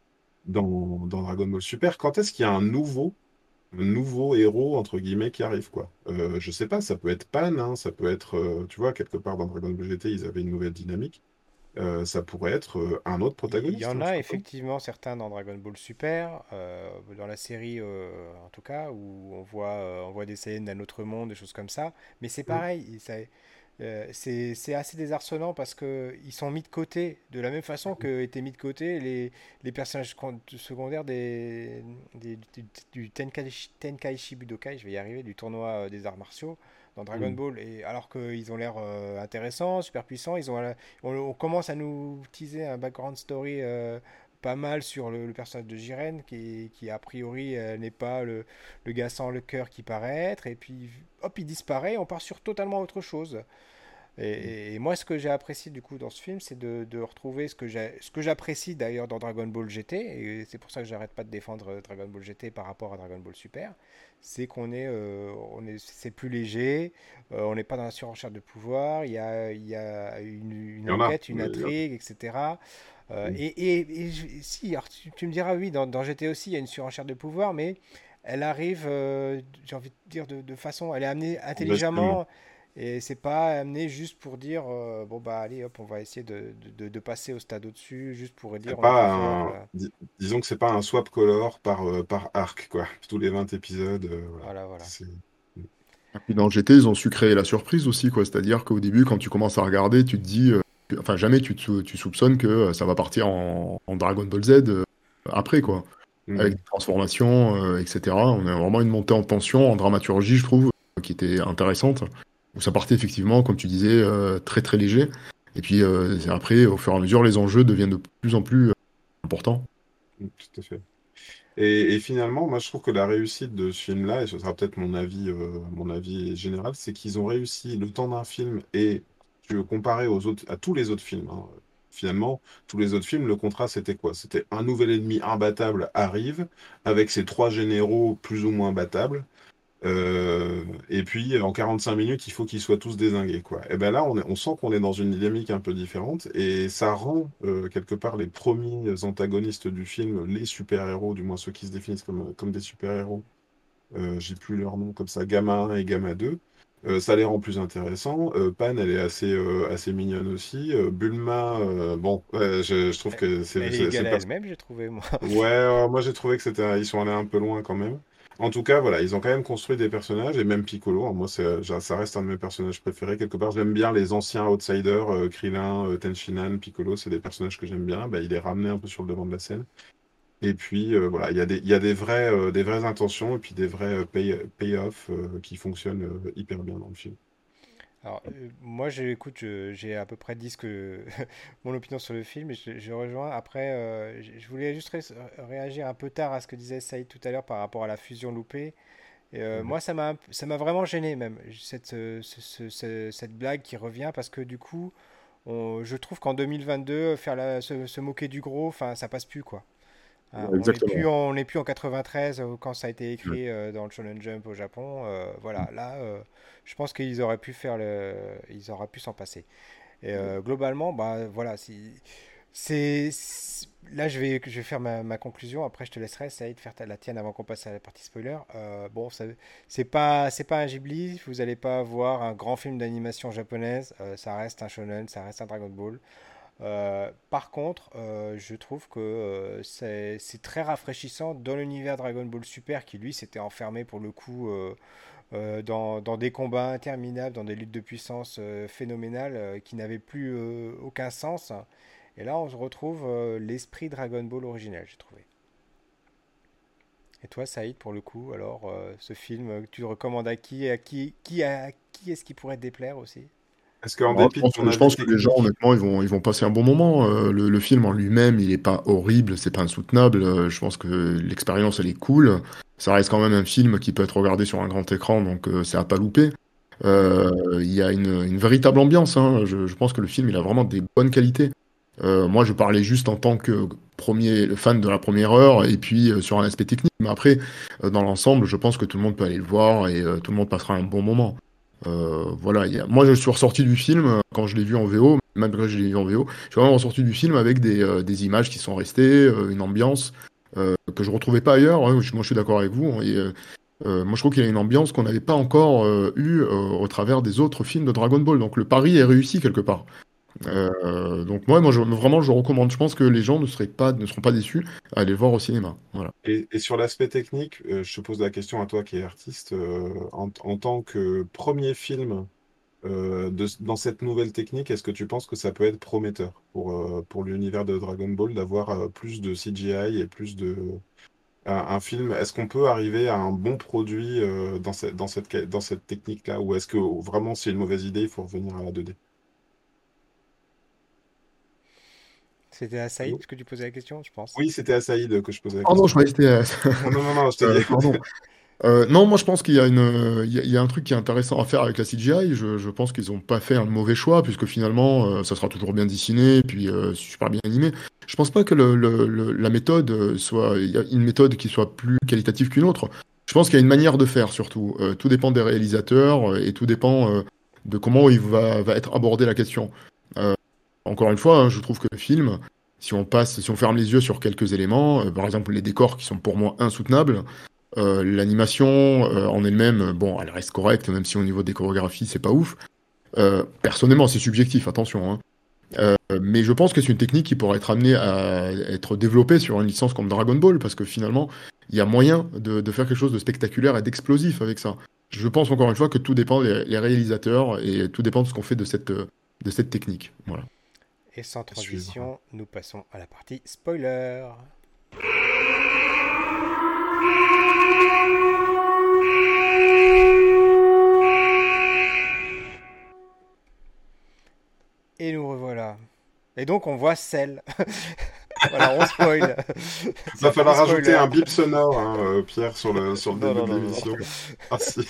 dans, dans Dragon Ball Super. Quand est-ce qu'il y a un nouveau, un nouveau héros, entre guillemets, qui arrive, quoi? Euh, je sais pas, ça peut être Pan, hein, ça peut être, euh, tu vois, quelque part dans Dragon Ball G T, ils avaient une nouvelle dynamique. euh, ça pourrait être euh, un autre Il y protagoniste, en hein, je a sais pas. effectivement certains dans Dragon Ball Super, euh, dans la série euh, en tout cas, où on voit, euh, on voit des scènes d'un autre monde, des choses comme ça. Mais c'est Mm. pareil, ça- euh, c'est c'est assez désarçonnant parce que ils sont mis de côté, de la même façon que étaient mis de côté les, les personnages second- secondaires des, des- du, du Tenkaichi, Tenkaichi Budokai, je vais y arriver, du tournoi euh, des arts martiaux dans Dragon Mm. Ball. Et alors qu'ils ont l'air euh, intéressants, super puissants, ils ont, on, on commence à nous teaser un background story euh, pas mal sur le, le personnage de Jiren, qui, qui a priori euh, n'est pas le, le gars sans le cœur qui paraît être, et puis hop, il disparaît, on part sur totalement autre chose. Mm. Et, et moi, ce que j'ai apprécié du coup dans ce film, c'est de, de retrouver ce que j'ai, ce que j'apprécie d'ailleurs dans Dragon Ball G T, et c'est pour ça que j'arrête pas de défendre euh, Dragon Ball G T par rapport à Dragon Ball Super, c'est qu'on est, euh, on est, c'est plus léger, euh, on n'est pas dans la surenchère de pouvoir, il y a, il y a une, une Il y en a, enquête, une mais il y en a. intrigue, et cetera. Euh, Mm. et, et- et je- si, alors tu, tu me diras, oui, dans, dans G T aussi, il y a une surenchère de pouvoir, mais elle arrive, euh, j'ai envie de dire, de, de façon, elle est amenée Progressivement. intelligemment, et c'est pas amené juste pour dire, euh, bon bah allez, hop, on va essayer de, de- de passer au stade au-dessus, juste pour dire C'est on est plus pas fort. un... euh, dis- Disons que c'est pas un swap color par, euh, par arc, quoi. Tous les vingt épisodes, euh, voilà. voilà, voilà. C'est... Et puis dans G T, ils ont su créer la surprise aussi, quoi. C'est-à-dire qu'au début, quand tu commences à regarder, tu te dis, euh, que- enfin jamais tu, te- tu soupçonnes que euh, ça va partir en, en Dragon Ball Z euh, après, Mm. quoi. Avec Mm. des transformations, euh, et cetera. On a vraiment une montée en tension, en dramaturgie, je trouve, euh, qui était intéressante. Où ça partait effectivement, comme tu disais, euh, très très léger. Et puis euh, après, au fur et à mesure, les enjeux deviennent de plus en plus euh, importants. Mm. Tout à fait. Et, et finalement, moi, je trouve que la réussite de ce film-là, et ce sera peut-être mon avis, euh, mon avis général, c'est qu'ils ont réussi le temps d'un film et tu veux comparer aux autres, à tous les autres films, hein. Finalement, tous les autres films, le contrat, c'était quoi? C'était un nouvel ennemi imbattable arrive avec ses trois généraux plus ou moins battables. Euh, et puis, en quarante-cinq minutes, il faut qu'ils soient tous dézingués, quoi. Et ben là, on est- on sent qu'on est dans une dynamique un peu différente et ça rend euh, quelque part les premiers antagonistes du film, les super-héros, du moins ceux qui se définissent comme, comme des super-héros. Euh, j'ai plus leur nom comme ça, Gamma un et Gamma deux. Euh, ça les rend plus intéressants. Euh, Pan, elle est assez, euh, assez mignonne aussi. Euh, Bulma, euh, bon, ouais, je, je trouve Mais, que mais c'est elle est c'est- c'est égale le à personnage. elle-même, j'ai trouvé, moi. Ouais, euh, moi j'ai trouvé que c'était, ils sont allés un peu loin quand même. En tout cas, voilà, ils ont quand même construit des personnages et même Piccolo, hein, moi c'est, j'a- ça reste un de mes personnages préférés. Quelque part, j'aime bien les anciens outsiders, euh, Krillin, euh, Tenshinhan, Piccolo, c'est des personnages que j'aime bien. Bah, il est ramené un peu sur le devant de la scène. Et puis euh, voilà, il y a des, il y a des vrais, euh, des vraies intentions et puis des vrais euh, pay, payoff euh, qui fonctionnent euh, hyper bien dans le film. Alors, euh, moi, je, écoute, je- j'ai à peu près dit ce que mon opinion sur le film, et je, je rejoins. Après, euh, je je voulais juste ré- réagir un peu tard à ce que disait Saïd tout à l'heure par rapport à la fusion loupée. Et, euh, Mhm. moi, ça m'a, un p- ça m'a vraiment gêné même, cette, euh, ce- ce- ce- cette blague qui revient, parce que du coup, on- je trouve qu'en deux mille vingt-deux, faire la, se, se moquer du gros, enfin, ça passe plus, quoi. Hein, Ouais, on n'est plus exactement. en, on n'est plus en quatre-vingt-treize euh, quand ça a été Ouais. écrit euh, dans le Shonen Jump au Japon. Euh, voilà, là, euh, je pense qu'ils auraient pu faire le, ils auraient pu s'en passer. Et euh, globalement, bah voilà, si, c'est, c'est- là je vais, je vais faire ma, ma conclusion. Après, je te laisserai, ça de faire ta- la tienne avant qu'on passe à la partie spoiler. Euh, bon, ça- c'est pas, c'est pas un Ghibli. Vous n'allez pas voir un grand film d'animation japonaise. Euh, ça reste un shonen, ça reste un Dragon Ball. Euh, par contre, euh, je trouve que euh, c'est c'est très rafraîchissant dans l'univers Dragon Ball Super qui lui s'était enfermé pour le coup euh, euh, dans, dans des combats interminables, dans des luttes de puissance euh, phénoménales euh, qui n'avaient plus euh, aucun sens. Et là, on se retrouve euh, l'esprit Dragon Ball originel, j'ai trouvé. Et toi, Saïd, pour le coup, alors euh, ce film, euh, tu le recommandes à qui, à qui, qui, à qui est-ce qui pourrait te déplaire aussi? Est-ce qu'en Non, je dépit de pense ton que, je avis pense que les gens, technique, honnêtement, ils vont, ils vont passer un bon moment. Euh, le, le film en lui-même, il est pas horrible, c'est pas insoutenable. Euh, je pense que l'expérience, elle est cool. Ça reste quand même un film qui peut être regardé sur un grand écran, donc euh, c'est à pas louper. Euh, Il y a une, une véritable ambiance, hein. Je, je pense que le film, il a vraiment des bonnes qualités. Euh, moi, je parlais juste en tant que premier fan de la première heure et puis euh, sur un aspect technique. Mais après, euh, dans l'ensemble, je pense que tout le monde peut aller le voir et euh, tout le monde passera un bon moment. Euh, voilà, il y a... Moi, je suis ressorti du film euh, quand je l'ai vu en V O, malgré que je l'ai vu en V O, je suis vraiment ressorti du film avec des, euh, des images qui sont restées, euh, une ambiance euh, que je retrouvais pas ailleurs. Hein. Je- Moi, je suis d'accord avec vous. Et, euh, euh, moi, je trouve qu'il y a une ambiance qu'on n'avait pas encore euh, eue euh, au travers des autres films de Dragon Ball. Donc, le pari est réussi quelque part. Euh, donc moi, moi je, vraiment, je recommande. Je pense que les gens ne seraient pas, ne seront pas déçus à aller le voir au cinéma. Voilà. Et, et sur l'aspect technique, euh, je te pose la question à toi qui es artiste, euh, en, en tant que premier film euh, de- dans cette nouvelle technique, est-ce que tu penses que ça peut être prometteur pour, euh, pour l'univers de Dragon Ball d'avoir euh, plus de C G I et plus de un, un film? Est-ce qu'on peut arriver à un bon produit euh, dans cette, dans cette, dans cette technique-là, ou est-ce que vraiment c'est une mauvaise idée, il faut revenir à la deux D? C'était à Saïd Allô. que tu posais la question, je pense. Oui, c'était à Saïd que je posais la Pardon, je question. croyais que c'était. Non, non, non, non, je te Euh, dis. pardon. Euh, non, moi je pense qu'il y a une, euh, il y a, il y a un truc qui est intéressant à faire avec la C G I. Je, je pense qu'ils n'ont pas fait un mauvais choix, puisque finalement, euh, ça sera toujours bien dessiné, puis euh, super bien animé. Je pense pas que le, le- le- la méthode euh, soit, il y a une méthode qui soit plus qualitative qu'une autre. Je pense qu'il y a une manière de faire surtout. Euh, tout dépend des réalisateurs euh, et tout dépend euh, de comment il va, va être abordé la question. Euh, Encore une fois, hein, je trouve que le film, si on passe, si on ferme les yeux sur quelques éléments, euh, par exemple les décors qui sont pour moi insoutenables. Euh, l'animation euh, en elle-même, euh, bon, elle reste correcte, même si au niveau des chorégraphies, c'est pas ouf. Euh, personnellement, c'est subjectif, attention, hein. Euh, mais je pense que c'est une technique qui pourrait être amenée à être développée sur une licence comme Dragon Ball, parce que finalement, il y a moyen de, de faire quelque chose de spectaculaire et d'explosif avec ça. Je pense encore une fois que tout dépend des les réalisateurs et tout dépend de ce qu'on fait de cette, euh, de cette technique. Voilà. Et sans À suivre. transition, nous passons à la partie spoiler. Et nous revoilà. Et donc on voit Cell. Voilà, on spoil. C'est Va la partie falloir rajouter spoiler. un bip sonore, hein, euh, Pierre, sur le, sur le Non, début non, de non, non, non. l'émission. Ah si.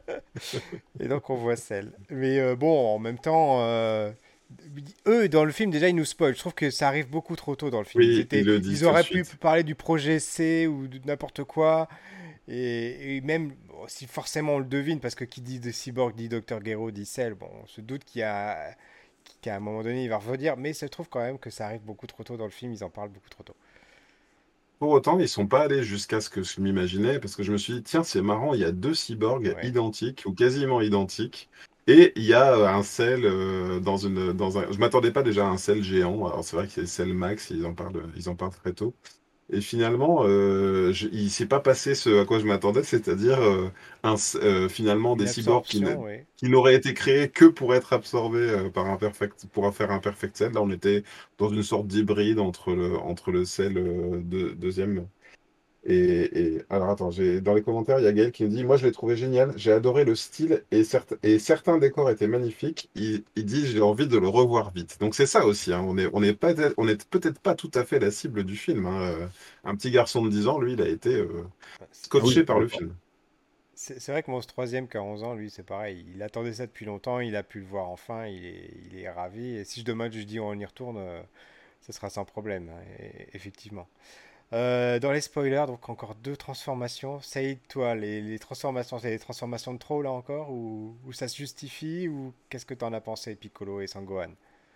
Et donc on voit Cell. Mais euh, bon, en même temps, euh, eux dans le film déjà ils nous spoilent. Je trouve que ça arrive beaucoup trop tôt dans le film. Ils Oui, ils étaient, le disent ils tout de auraient pu suite. parler du projet C ou de n'importe quoi. Et, et même bon, si forcément on le devine parce que qui dit de Cyborg dit Docteur Gero dit Cell. Bon, on se doute qu'il y a qu'à un moment donné il va revenir. Mais il se trouve quand même que ça arrive beaucoup trop tôt dans le film. Ils en parlent beaucoup trop tôt. Pour autant, ils sont pas allés jusqu'à ce que je m'imaginais, parce que je me suis dit, tiens, c'est marrant, il y a deux cyborgs Ouais. identiques, ou quasiment identiques, et il y a euh, un Cell euh, dans une, dans un... Je m'attendais pas déjà à un Cell géant, alors c'est vrai que c'est Cell Max, ils en parlent, ils en parlent très tôt. Et finalement, euh, je- il s'est pas passé ce à quoi je m'attendais, c'est-à-dire euh, un, euh, finalement des Une cyborgs qui, n'a- absorption, oui. qui n'auraient été créés que pour être absorbés euh, par un perfect, pour faire un perfect cell. Là, on était dans une sorte d'hybride entre le, entre le cell euh, de, deuxième. Et, et- alors attends, j'ai, dans les commentaires, il y a Gaël qui me dit, moi je l'ai trouvé génial, j'ai adoré le style et, certes- et certains décors étaient magnifiques. Il, il dit, j'ai envie de le revoir vite. Donc c'est ça aussi, hein, on est, on est pas, on est peut-être pas tout à fait la cible du film, hein. Euh, Un petit garçon de dix ans, lui, il a été euh, Ah oui, scotché par le complètement. film. C'est c'est vrai que mon troisième qui a onze ans, lui, c'est pareil. Il attendait ça depuis longtemps, il a pu le voir enfin, il est, il est ravi. Et si je demain je lui dis on y retourne, euh, ce sera sans problème, hein, et- effectivement. Euh, dans les spoilers, donc encore deux transformations. Saïd, toi, les, les transformations, c'est des transformations de trop là encore ou, ou ça se justifie ou qu'est-ce que t'en as pensé, Piccolo et Sangohan?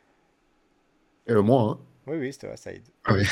Euh, moi, hein. Oui, oui, c'est toi, Saïd. Ah oui.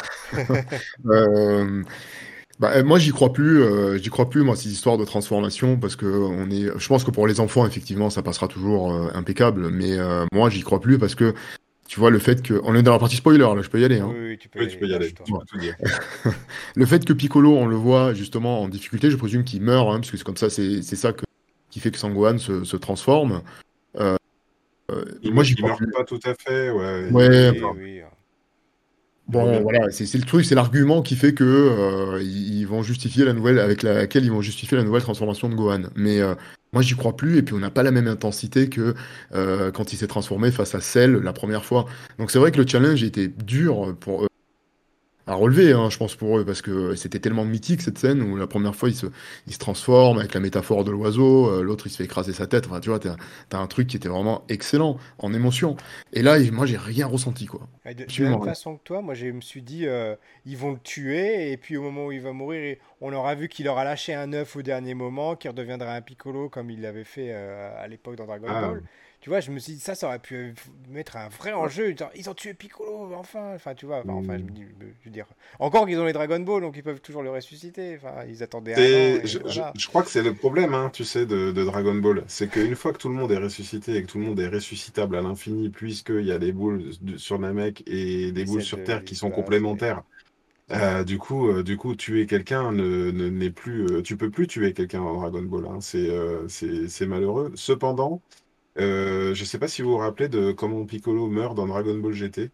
Euh, Bah, euh, moi, j'y crois plus. Euh, j'y crois plus, moi, ces histoires de transformation, parce que on est. Je pense que pour les enfants, effectivement, ça passera toujours euh, impeccable. Mais euh, moi, j'y crois plus parce que tu vois le fait que. On est dans la partie spoiler, là, je peux y aller, Oui, hein. oui, tu peux y Oui, tu aller, peux y aller, lâche-toi. tu Bon. peux tout dire. Le fait que Piccolo, on le voit justement en difficulté, je présume qu'il meurt, hein, parce que c'est comme ça, c'est c'est ça que- qui fait que Sangohan se, se transforme. Euh, euh, Il, moi, me- j'y il crois meurt plus. pas tout à fait, ouais, il, Ouais, Oui, enfin, oui. il bon, revient. voilà, c'est c'est le truc, c'est l'argument qui fait que euh, ils ils vont justifier la nouvelle avec laquelle ils vont justifier la nouvelle transformation de Gohan. Mais euh, moi, j'y crois plus, et puis on n'a pas la même intensité que euh, quand il s'est transformé face à Cell la première fois. Donc c'est vrai que le challenge était dur pour à relever, hein, je pense pour eux, parce que c'était tellement mythique cette scène où la première fois il se, il se transforme avec la métaphore de l'oiseau, euh, l'autre il se fait écraser sa tête. Enfin, tu vois, t'as, t'as un truc qui était vraiment excellent en émotion. Et là, il- moi, j'ai rien ressenti, quoi. Et De, de la même Absolument rien. façon que toi, moi je me suis dit, euh, ils vont le tuer, et puis au moment où il va mourir, on aura vu qu'il aura lâché un œuf au dernier moment, qui redeviendra un Piccolo comme il l'avait fait euh, à l'époque dans Dragon Ah, Ball. Tu vois, je me suis dit, ça, ça aurait pu mettre un vrai enjeu. Genre, ils ont tué Piccolo, enfin. Enfin, tu vois, enfin, enfin, je me Hmm. dis, je veux dire. Encore qu'ils ont les Dragon Ball, donc ils peuvent toujours le ressusciter. Enfin, ils attendaient un an C'est, et je, je- voilà. je crois que c'est le problème, hein, tu sais, de, de Dragon Ball. C'est qu'une fois que tout le monde est ressuscité et que tout le monde est ressuscitable à l'infini, puisqu'il y a des boules de- sur Namek et Ils des boules essaient sur de Terre qui sont l'espace et. complémentaires, euh, du coup, euh, du coup, tuer quelqu'un ne, ne- n'est plus, euh, tu peux plus tuer quelqu'un dans Dragon Ball, hein. C'est, euh, c'est, c'est malheureux. Cependant, euh, je sais pas si vous vous rappelez de comment Piccolo meurt dans Dragon Ball G T.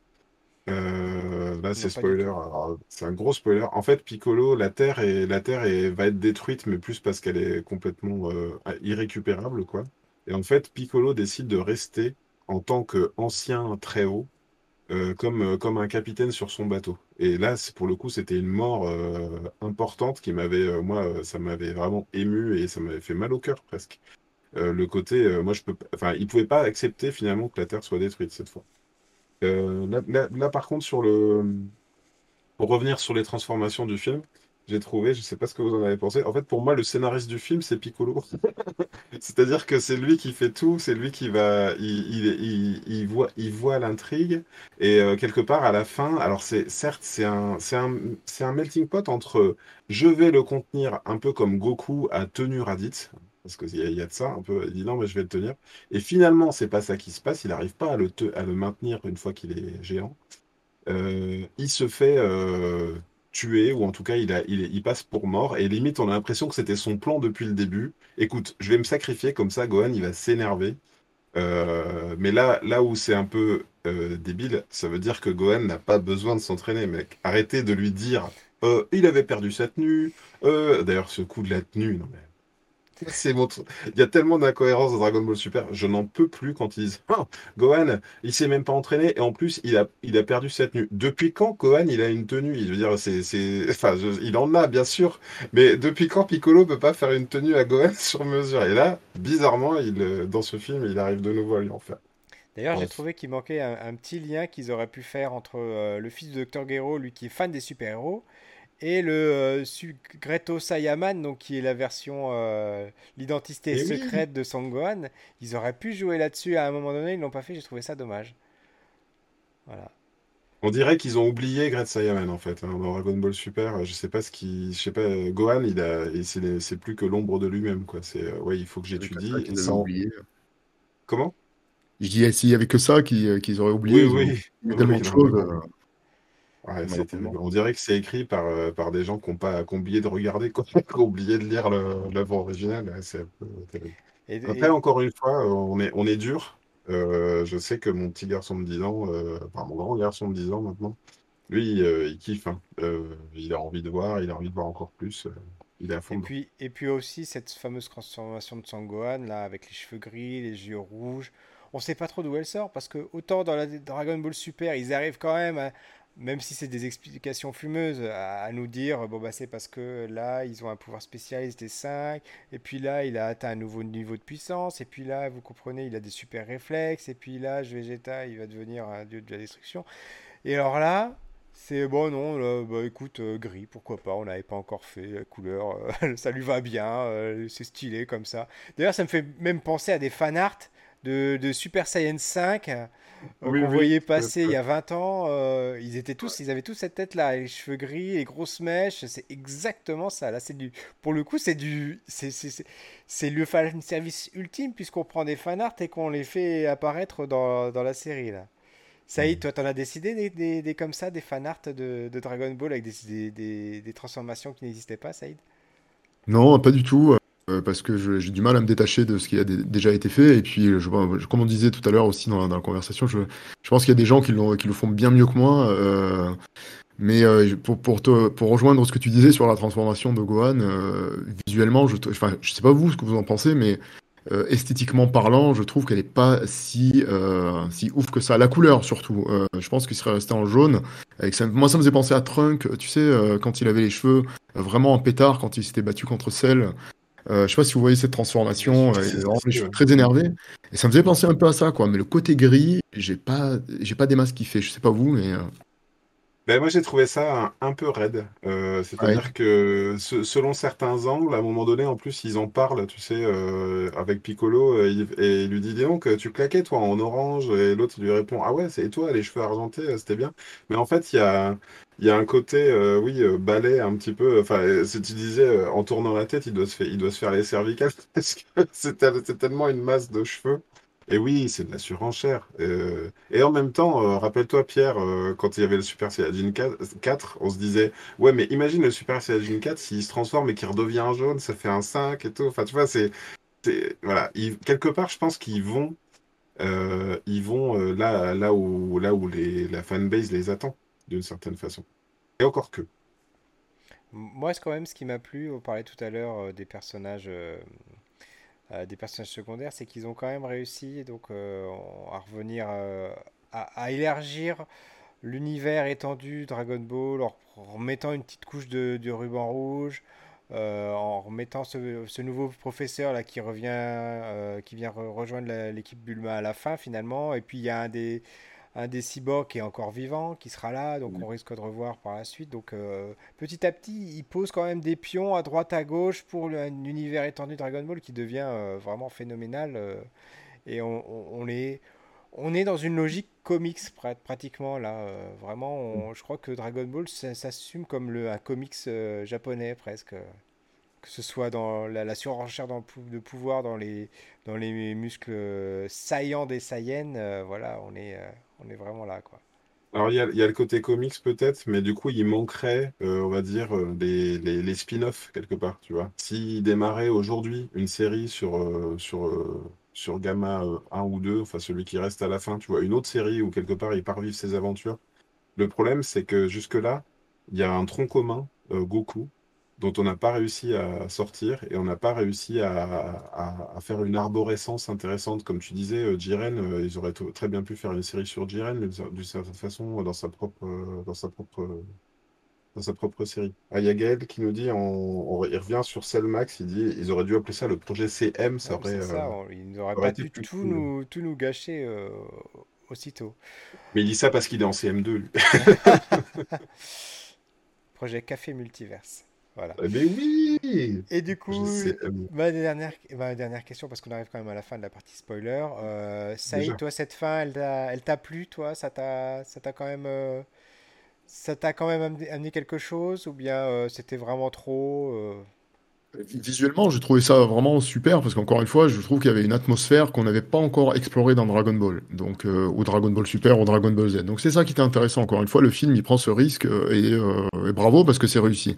Euh, là, Non, c'est pas du spoiler. tout. Alors, c'est un gros spoiler. En fait, Piccolo, la Terre est, la Terre est, va être détruite, mais plus parce qu'elle est complètement euh, irrécupérable, quoi. Et en fait, Piccolo décide de rester en tant qu'ancien très haut, euh, comme, euh, comme un capitaine sur son bateau. Et là, c'est- pour le coup, c'était une mort euh, importante qui m'avait, euh, moi, euh, ça m'avait vraiment ému et ça m'avait fait mal au cœur presque. Euh, le côté, euh, moi, je peux, pas- enfin, il pouvait pas accepter finalement que la Terre soit détruite cette fois. Euh, là, là- là, par contre, sur le, pour revenir sur les transformations du film, j'ai trouvé, je sais pas ce que vous en avez pensé. En fait, pour moi, le scénariste du film, c'est Piccolo. C'est-à-dire que c'est lui qui fait tout, c'est lui qui va, il, il, il, il voit, il voit l'intrigue et euh, quelque part à la fin, alors c'est certes c'est un, c'est un, c'est un melting pot entre je vais le contenir un peu comme Goku a tenu Raditz. Parce qu'il y, a il y a de ça, un peu, il dit non, mais je vais le tenir. Et finalement, c'est pas ça qui se passe, il n'arrive pas à le, te- à le maintenir une fois qu'il est géant. Euh, il se fait euh, tuer, ou en tout cas, il, a, il, il passe pour mort, et limite, on a l'impression que c'était son plan depuis le début. Écoute, je vais me sacrifier, comme ça, Gohan, il va s'énerver. Euh, mais là, là où c'est un peu euh, débile, ça veut dire que Gohan n'a pas besoin de s'entraîner, mec. Arrêtez de lui dire, euh, il avait perdu sa tenue. Euh, d'ailleurs, ce coup de la tenue, non mais c'est mon tr- Il y a tellement d'incohérences dans Dragon Ball Super, je n'en peux plus quand ils disent Ah, Gohan, il s'est même pas entraîné et en plus il a, il a perdu sa tenue. Depuis quand Gohan il a une tenue? Je veux dire, c'est, c'est... Enfin, je- il en a bien sûr, mais depuis quand Piccolo peut pas faire une tenue à Gohan sur mesure? Et là, bizarrement, il, euh, dans ce film, il arrive de nouveau à lui en faire. D'ailleurs, j'ai Bref. trouvé qu'il manquait un, un petit lien qu'ils auraient pu faire entre euh, le fils de docteur Gero, lui qui est fan des super-héros, et le euh, Secreto Saiyaman, donc qui est la version, euh, l'identité Et oui, secrète de Son Gohan. Ils auraient pu jouer là-dessus à un moment donné, ils l'ont pas fait, j'ai trouvé ça dommage. Voilà. on dirait qu'ils ont oublié Great Saiyaman en fait, hein, dans Dragon Ball Super. Je sais pas ce qui, je sais pas. euh, Gohan, il a, et c'est c'est plus que l'ombre de lui-même quoi. C'est euh, ouais, il faut que Il y avait que ça j'étudie et qu'ils avaient ça. oublié. Comment? Je dis, s'il y avait que ça qui- euh, qu'ils auraient oublié, Oui, ils ont oui, oublié tellement oui, de non, mais choses, bon. euh, Ouais, c'est terrible. malheureusement. On dirait que c'est écrit par, euh, par des gens qui ont pas, qui ont oublié de regarder, quoi, qui ont oublié de lire le- l'œuvre originale. Ouais, c'est un peu terrible. Et, Après, et- encore une fois, euh, on est, on est dur. Euh, je sais que mon petit garçon de dix ans, euh, enfin mon grand garçon de dix ans maintenant, lui, euh, il kiffe, hein. Euh, il a envie de voir, il a envie de voir encore plus. euh, il est à fond et dedans. puis, et puis aussi cette fameuse transformation de Son Gohan, là, avec les cheveux gris, les yeux rouges. On sait pas trop d'où elle sort, parce que autant dans la Dragon Ball Super, ils arrivent quand même à- même si c'est des explications fumeuses, à, à nous dire, bon bah c'est parce que là, ils ont un pouvoir spécial, ils étaient cinq, et puis là, il a atteint un nouveau niveau de puissance, et puis là, vous comprenez, il a des super réflexes, et puis là, Vegeta, il va devenir un dieu de la destruction. Et alors là, c'est bon, non, là, bah écoute, euh, gris, pourquoi pas, on n'avait pas encore fait la couleur, euh, ça lui va bien, euh, c'est stylé comme ça. D'ailleurs, ça me fait même penser à des fanarts de, de Super Saiyan cinq euh, Oui, qu'on oui, voyait tout à passer il y fait. a vingt ans. Euh, ils étaient tous, ils avaient tous cette tête-là, les cheveux gris, les grosses mèches, c'est exactement ça. Là, c'est du, pour le coup, c'est du, c'est, c'est, c'est, c'est le fan service ultime puisqu'on prend des fanarts et qu'on les fait apparaître dans, dans la série là. Saïd, toi, t'en as décidé des, des, des- comme ça, des fanarts de, de Dragon Ball avec des, des, des- des transformations qui n'existaient pas, Saïd? Non, pas du tout, euh, parce que je- j'ai du mal à me détacher de ce qui a dé- déjà été fait. Et puis, je, je- comme on disait tout à l'heure aussi dans la, dans la conversation, je, je pense qu'il y a des gens qui, l'ont- qui le font bien mieux que moi. euh, mais euh, je- pour, pour, te- pour rejoindre ce que tu disais sur la transformation de Gohan, euh, visuellement, je, trou- enfin, je sais pas vous ce que vous en pensez, mais euh, esthétiquement parlant, je trouve qu'elle est pas si, euh, si ouf que ça. La couleur, surtout. Euh, je pense qu'il serait resté en jaune. Avec ça, moi, ça me faisait penser à Trunk, tu sais, euh, quand il avait les cheveux euh, vraiment en pétard, quand il s'était battu contre Cell. Euh, je sais pas si vous voyez cette Bien transformation, sûr, euh, il si, avait si, vraiment les si, cheveux ouais. très énervés. Et ça me faisait penser un peu à ça, quoi. Mais le côté gris, j'ai pas, j'ai pas des masses kiffé. Je sais pas vous, mais. euh, Ben moi j'ai trouvé ça un, un peu raide. Euh, Ouais. c'est-à-dire que se- selon certains angles, à un moment donné, en plus ils en parlent, tu sais, euh, avec Piccolo, euh, il- et il lui dit, dis donc, tu claquais toi en orange, et l'autre il lui répond, ah ouais, c'est toi, les cheveux argentés, euh, c'était bien. Mais en fait il y a, il y a un côté, euh, oui, euh, ballet un petit peu. Enfin, euh, si tu disais, euh, en tournant la tête, il doit se faire, il doit se faire les cervicales parce que c'est tel- c'est tellement une masse de cheveux. Et oui, c'est de la surenchère. Euh, et en même temps, euh, rappelle-toi, Pierre, euh, quand il y avait le Super Saiyajin quatre, on se disait, ouais, mais imagine le Super Saiyajin quatre s'il se transforme et qu'il redevient un jaune, ça fait un cinq et tout. Enfin, tu vois, c'est, c'est- voilà. Ils- quelque part, je pense qu'ils vont, euh, ils vont euh, là, là où, là où les, la fanbase les attend, d'une certaine façon. Et encore que. Moi, c'est quand même ce qui m'a plu, on parlait tout à l'heure euh, des personnages, euh, euh, des personnages secondaires, c'est qu'ils ont quand même réussi donc euh, à revenir, euh, à, à élargir l'univers étendu Dragon Ball en remettant une petite couche de, de ruban rouge, euh, en remettant ce, ce nouveau professeur là qui revient, euh, qui vient re- rejoindre la- l'équipe Bulma à la fin finalement. Et puis il y a un des, un des cyborgs qui est encore vivant, qui sera là, donc on risque de revoir par la suite. Donc euh, petit à petit, il pose quand même des pions à droite à gauche pour le- un univers étendu Dragon Ball qui devient euh, vraiment phénoménal. euh, et on, on, on est, on est dans une logique comics prat- pratiquement là. euh, vraiment, on- je crois que Dragon Ball ça- s'assume comme le, un comics euh, japonais presque. Que ce soit dans la, la surenchère dans le pou- de pouvoir, dans les, dans les muscles euh, saillants des Saiyans, euh, voilà, on est, euh, on est vraiment là, quoi. Alors, il y a, il y a le côté comics peut-être, mais du coup, il manquerait, euh, on va dire, euh, les, les, les spin-offs quelque part, tu vois. S'il démarrait aujourd'hui une série sur, euh, sur, euh, sur Gamma euh, un ou deux, enfin celui qui reste à la fin, tu vois, une autre série où quelque part il part vivre ses aventures. Le problème, c'est que jusque-là, il y a un tronc commun, euh, Goku, dont on n'a pas réussi à sortir et on n'a pas réussi à, à- à faire une arborescence intéressante. Comme tu disais, euh, Jiren, euh, ils auraient t- très bien pu faire une série sur Jiren, mais d'une certaine façon, euh, dans sa propre, euh, dans sa propre, dans sa propre série. Ah, il y a Gaël qui nous dit, on, on- il revient sur Cellmax, il dit, ils auraient dû appeler ça le projet C M, ça Ouais, mais aurait, c'est euh, ça, on- il n'aurait aurait pas été dû plus tout cool. nous, tout nous gâcher euh, aussitôt. Mais il dit ça parce qu'il est en C M deux, lui. Projet Café Multiverse. Voilà. Eh ben oui! Et du Projet coup, C M. ma dernière, ma dernière question, parce qu'on arrive quand même à la fin de la partie spoiler. Euh, Saïd, Déjà. toi, cette fin, elle t'a, elle t'a plu, toi? Ça t'a, ça t'a quand même, euh, ça t'a quand même amené, amené quelque chose? Ou bien euh, c'était vraiment trop euh, Visuellement, j'ai trouvé ça vraiment super parce qu'encore une fois, je trouve qu'il y avait une atmosphère qu'on n'avait pas encore explorée dans Dragon Ball, donc euh, ou Dragon Ball Super ou Dragon Ball Z. Donc c'est ça qui était intéressant. Encore une fois, le film il prend ce risque euh, et, euh, et bravo parce que c'est réussi.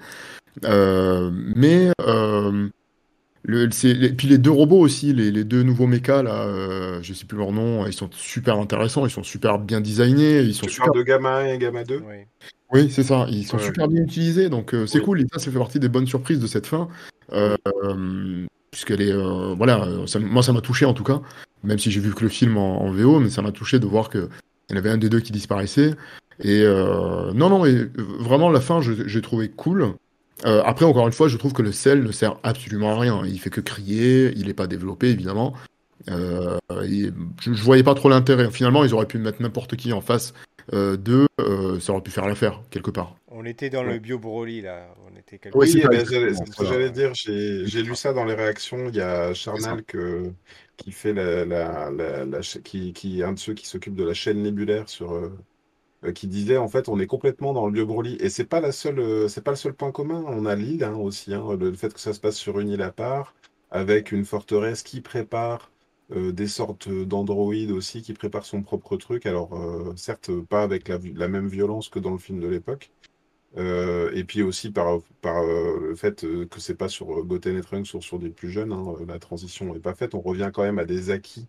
Euh, mais euh, le, c'est, et puis les deux robots aussi, les, les deux nouveaux mechas là, euh, je sais plus leur nom, ils sont super intéressants, ils sont super bien designés, ils sont Tu super. parles de Gamma un et Gamma deux? Oui. Oui, c'est ça. Ils sont Ouais, super bien utilisés, donc euh, c'est oui. cool. Et ça, ça fait partie des bonnes surprises de cette fin, euh, Oui. euh, puisqu'elle est, euh, voilà, euh, ça- moi ça m'a touché en tout cas, même si j'ai vu que le film en, en V O, mais ça m'a touché de voir que il y en avait un des deux qui disparaissait. Et euh, non, non, mais euh, vraiment la fin, je- j'ai trouvé cool. Euh, après, encore une fois, je trouve que le sel ne sert absolument à rien. Il fait que crier, il n'est pas développé évidemment. Euh, et je, je voyais pas trop l'intérêt. Finalement, ils auraient pu mettre n'importe qui en face euh, d'eux, euh, ça aurait pu faire l'affaire, quelque part. On était dans Ouais. le bio Broly là. On était quelque Oui, c'est Oui, part eh ça, ben, j'allais- exactement. c'est comme ce que ça. Voilà. j'allais Ouais. dire. J'ai j'ai lu ça dans les réactions. Il y a C'est ça. Charnal que, qui fait la, la, la, la cha- qui, qui est un de ceux qui s'occupe de la chaîne nébulaire sur, euh, euh, qui disait en fait on est complètement dans le lieu Broly et c'est pas la seule, euh, c'est pas le seul point commun. On a l'île hein, aussi, hein, le, le fait que ça se passe sur une île à part avec une forteresse qui prépare euh, des sortes d'androïdes aussi qui préparent son propre truc. Alors euh, certes pas avec la, la même violence que dans le film de l'époque. Euh, et puis aussi par, par euh, le fait euh, que c'est pas sur euh, Goten et Trunks, sur, sur des plus jeunes, hein, euh, la transition n'est pas faite. On revient quand même à des acquis,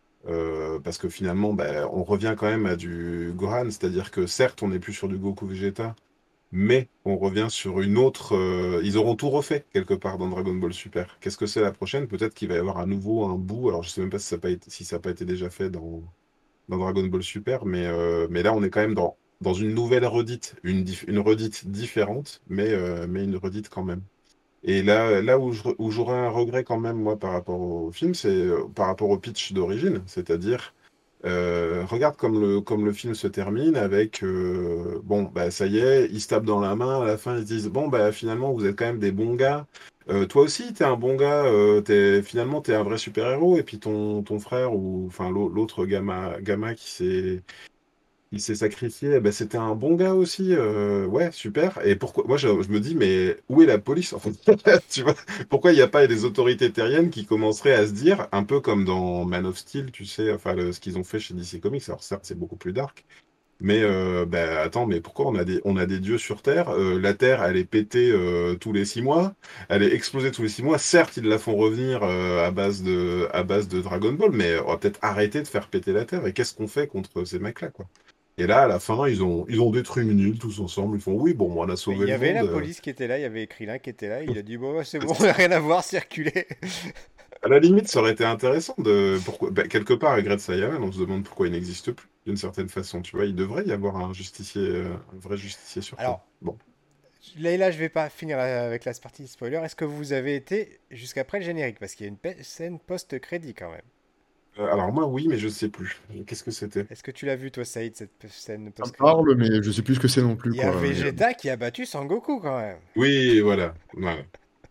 euh, parce que finalement, bah, on revient quand même à du Gohan, c'est-à-dire que certes, on n'est plus sur du Goku Vegeta, mais on revient sur une autre. Euh, ils auront tout refait quelque part dans Dragon Ball Super. Qu'est-ce que c'est la prochaine? Peut-être qu'il va y avoir à nouveau un bout. Alors je sais même pas si ça n'a pas été, si ça a pas été déjà fait dans dans Dragon Ball Super, mais, euh, mais là, on est quand même dans, dans une nouvelle redite, une, dif- une redite différente, mais, euh, mais une redite quand même. Et là, là où je- où j'aurais un regret quand même, moi, par rapport au film, c'est euh, par rapport au pitch d'origine, c'est-à-dire Euh, regarde comme le, comme le film se termine avec euh, bon, bah ça y est, ils se tapent dans la main. À la fin, ils se disent bon, bah finalement, vous êtes quand même des bons gars. Euh, toi aussi, t'es un bon gars. Euh, t'es, finalement, t'es un vrai super-héros. Et puis ton, ton frère ou enfin l'au- l'autre gamma, gamma qui s'est il s'est sacrifié, eh ben, c'était un bon gars aussi. Euh, ouais, super. Et pourquoi? Moi, je, je me dis, mais où est la police en fait? Tu vois, pourquoi il n'y a pas des autorités terriennes qui commenceraient à se dire, un peu comme dans Man of Steel, tu sais, enfin le- ce qu'ils ont fait chez D C Comics. Alors certes, c'est beaucoup plus dark, mais euh, ben, attends, mais pourquoi on a des on a des dieux sur Terre? Euh, la Terre, elle est pétée euh, tous les six mois, elle est explosée tous les six mois. Certes, ils la font revenir euh, à base de à base de Dragon Ball, mais on va peut-être arrêter de faire péter la Terre. Et qu'est-ce qu'on fait contre ces mecs-là, quoi? Et là, à la fin, ils ont, ils ont détruit une île tous ensemble. Ils font, oui, bon, on a Mais il sauvé y le avait monde. la euh. police qui était là, il y avait Krillin qui était là, il a dit bon bah, c'est bon, on n'a rien à voir, circulez. À la limite, ça aurait été intéressant de... Pourquoi... bah, quelque part, avec Red Saiyaman, on se demande pourquoi il n'existe plus, d'une certaine façon. Tu vois, il devrait y avoir un justicier, euh, un vrai justicier sur Terre. Alors, Bon. Leïla, je vais pas finir avec la partie spoiler. Est-ce que vous avez été jusqu'après le générique? Parce qu'il y a une pe- scène post-crédit quand même. Euh, alors moi, oui, mais je sais plus. Qu'est-ce que c'était? Est-ce que tu l'as vu toi, Saïd, cette pe- scène Ça me post-crédit? parle, mais je sais plus ce que c'est non plus, Il y a quoi. Mais, euh, Vegeta qui a battu Sangoku quand même. Oui, voilà. Voilà.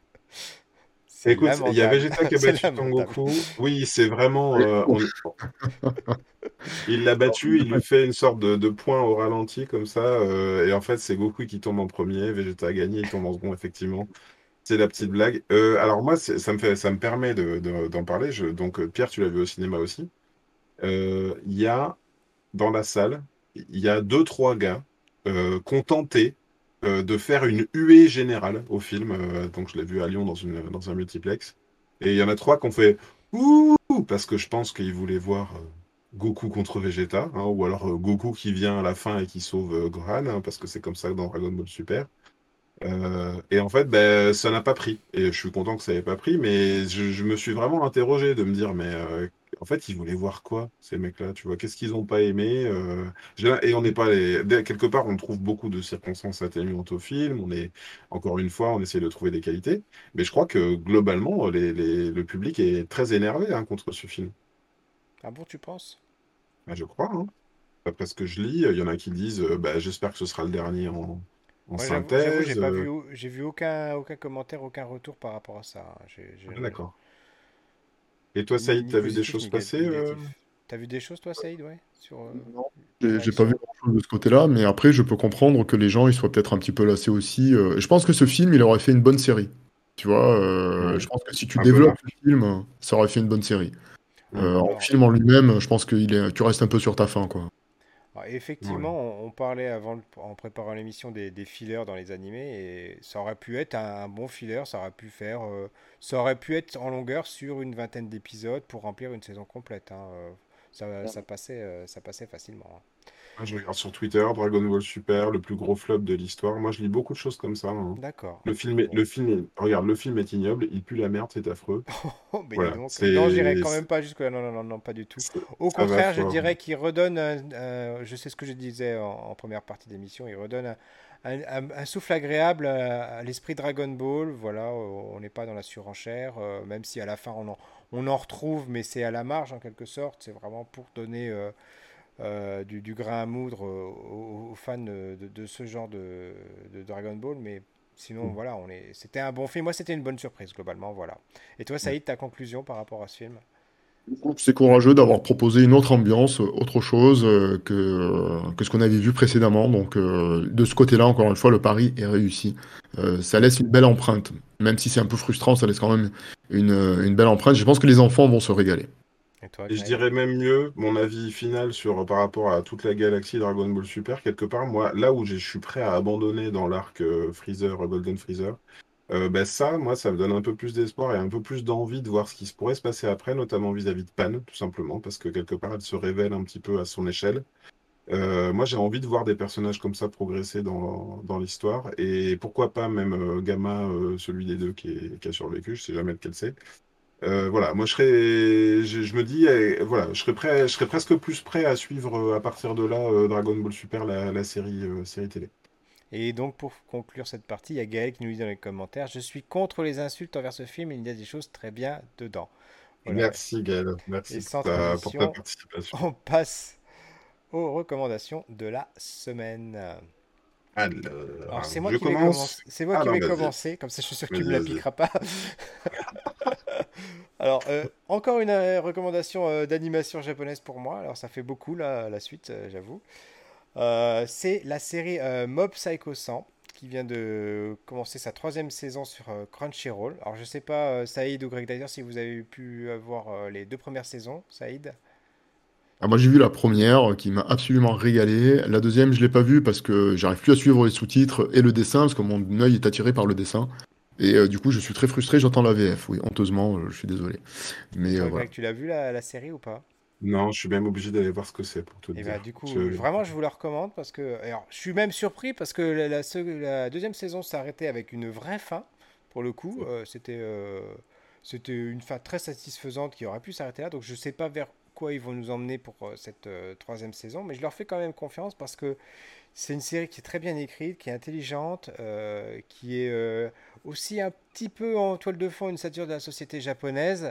C'est Écoute, il y a lamentable. Vegeta qui a C'est battu lamentable. Tengoku. Oui, c'est vraiment... euh, on- Il l'a battu, il lui fait une sorte de, de point au ralenti comme ça. Euh, et en fait, c'est Goku qui tombe en premier. Vegeta a gagné, il tombe en second, effectivement. C'est la petite blague. Euh, alors moi, c'est- ça me fait, ça me permet de, de- d'en parler. Je- donc euh, Pierre, tu l'as vu au cinéma aussi. Euh, Il y a dans la salle, il y a deux, trois gars euh, qui ont tenté euh, de faire une huée générale au film. Euh, donc je l'ai vu à Lyon dans une, dans un multiplex. Et il y en a trois qui ont fait ouh parce que je pense qu'ils voulaient voir euh, Goku contre Vegeta, hein, ou alors euh, Goku qui vient à la fin et qui sauve euh, Gohan, hein, parce que c'est comme ça dans Dragon Ball Super. Euh, et en fait, ben, ça n'a pas pris. Et je suis content que ça n'ait pas pris, mais je, je me suis vraiment interrogé de me dire, mais euh, en fait, ils voulaient voir quoi, ces mecs-là, tu vois? Qu'est-ce qu'ils n'ont pas aimé? euh, j'ai- Et on n'est pas les... dès- Quelque part, on trouve beaucoup de circonstances atténuantes au film. On est, encore une fois, on essaie de trouver des qualités. Mais je crois que globalement, les, les- le public est très énervé hein, contre ce film. Ah bon, tu penses? Ben, je crois, hein. D'après ce que je lis, il y en a qui disent, euh, bah, j'espère que ce sera le dernier en, en Moi, j'avoue, j'avoue, j'ai synthèse. pas euh, vu, j'ai vu aucun, aucun commentaire, aucun retour par rapport à ça. hein. J'ai- Ah, j'ai- d'accord. Et toi, ni, Saïd, ni t'as vu des positif choses ni ga- passer euh négatif. T'as vu des choses toi, Saïd, ouais, sur euh, non, les j'ai j'ai pas vu réactions? grand-chose de ce côté-là, mais après, je peux comprendre que les gens ils soient peut-être un petit peu lassés aussi. euh, et je pense que ce film, il aurait fait une bonne série. Tu vois, euh, Ouais. je pense que si tu Un peu développes dark. le film, ça aurait fait une bonne série. Mm. Euh, en Alors, film en lui-même, je pense que il est, tu restes un peu sur ta faim, quoi. alors, Ouais. effectivement, on, on parlait avant, le- en préparant l'émission des, des fillers dans les animés, et ça aurait pu être un, un bon filler, ça aurait pu faire, euh, ça aurait pu être en longueur sur une vingtaine d'épisodes pour remplir une saison complète. hein, euh, ça, ça passait, euh, ça passait facilement. hein. Moi, je regarde sur Twitter, Dragon Ball Super, le plus gros flop de l'histoire. Moi, je lis beaucoup de choses comme ça, hein. D'accord. Le film est, Bon. le film est- regarde, le film est ignoble, il pue la merde, c'est affreux. Oh, mais dis Voilà, donc. Non, j'irai c'est, quand même c'est- pas jusque-là. Non, non, non, non, pas du tout. ça, Au ça va contraire, je fort. dirais qu'il redonne, un- un- je sais ce que je disais en, en première partie d'émission, il redonne un, un- un- un souffle agréable à, à l'esprit Dragon Ball. Voilà, euh, on n'est pas dans la surenchère, euh, même si à la fin on en, on en retrouve, mais c'est à la marge en quelque sorte. C'est vraiment pour donner euh, euh, du, du grain à moudre euh, aux, aux fans de, de ce genre de, de Dragon Ball, mais sinon voilà, on est, c'était un bon film. Moi, c'était une bonne surprise globalement, voilà. Et toi, Saïd, ta conclusion par rapport à ce film? Je trouve que c'est courageux d'avoir proposé une autre ambiance, euh, autre chose euh, que, euh, que ce qu'on avait vu précédemment. Donc, euh, de ce côté-là, encore une fois, le pari est réussi. Euh, ça laisse une belle empreinte. Même si c'est un peu frustrant, ça laisse quand même une, euh, une belle empreinte. Je pense que les enfants vont se régaler. Et toi, Et je Greg? dirais même mieux, mon avis final sur par rapport à toute la galaxie Dragon Ball Super, quelque part, moi, là où j'ai- je suis prêt à abandonner dans l'arc euh, Freezer, euh, Golden Freezer, euh, ben ça, moi, ça me donne un peu plus d'espoir et un peu plus d'envie de voir ce qui se pourrait se passer après, notamment vis-à-vis de Pan, tout simplement, parce que quelque part, elle se révèle un petit peu à son échelle. Euh, moi, j'ai envie de voir des personnages comme ça progresser dans, dans l'histoire, et pourquoi pas même euh, Gamma, euh, celui des deux qui, est- qui a survécu, je sais jamais lequel c'est. Euh, voilà, moi je serais, je, je me dis, eh, voilà, je serais prêt, je serais presque plus prêt à suivre euh, à partir de là euh, Dragon Ball Super, la, la série, euh, série télé. Et donc, pour conclure cette partie, il y a Gaël qui nous dit dans les commentaires: je suis contre les insultes envers ce film, il y a des choses très bien dedans. Voilà. Merci Gaël, Et merci pour sans ta, pour ta transition, participation. on passe aux recommandations de la semaine. Alors Alors, c'est moi je qui vais commence. commencer. C'est moi Ah qui non, vais vas-y, commencer. Comme ça, je suis sûr que tu me vas-y, la vas-y. piqueras pas. Alors euh, encore une euh, recommandation euh, d'animation japonaise pour moi. Alors ça fait beaucoup la, la suite, euh, j'avoue. Euh, c'est la série euh, Mob Psycho cent qui vient de commencer sa troisième saison sur euh, Crunchyroll. Alors je sais pas, euh, Saïd ou Greg d'ailleurs, si vous avez pu voir euh, les deux premières saisons, Saïd. Ah, moi, j'ai vu la première euh, qui m'a absolument régalé. La deuxième, je l'ai pas vue parce que j'arrive plus à suivre les sous-titres et le dessin parce que mon œil est attiré par le dessin. Et euh, du coup, je suis très frustré. J'entends la V F. Oui, honteusement, euh, je suis désolé. Et Mais euh, toi, voilà. Greg, tu l'as vu la, la série ou pas? Non, je suis même obligé d'aller voir ce que c'est pour tout te Et bah dire. du coup, Je... vraiment, je vous la recommande parce que, alors, je suis même surpris parce que la, la sec- la deuxième saison s'est arrêtée avec une vraie fin. Pour le coup, Euh, c'était euh, c'était une fin très satisfaisante qui aurait pu s'arrêter là. Donc je sais pas vers quoi ils vont nous emmener pour euh, cette euh, troisième saison, mais je leur fais quand même confiance parce que c'est une série qui est très bien écrite, qui est intelligente, euh, qui est euh, aussi un petit peu en toile de fond une satire de la société japonaise.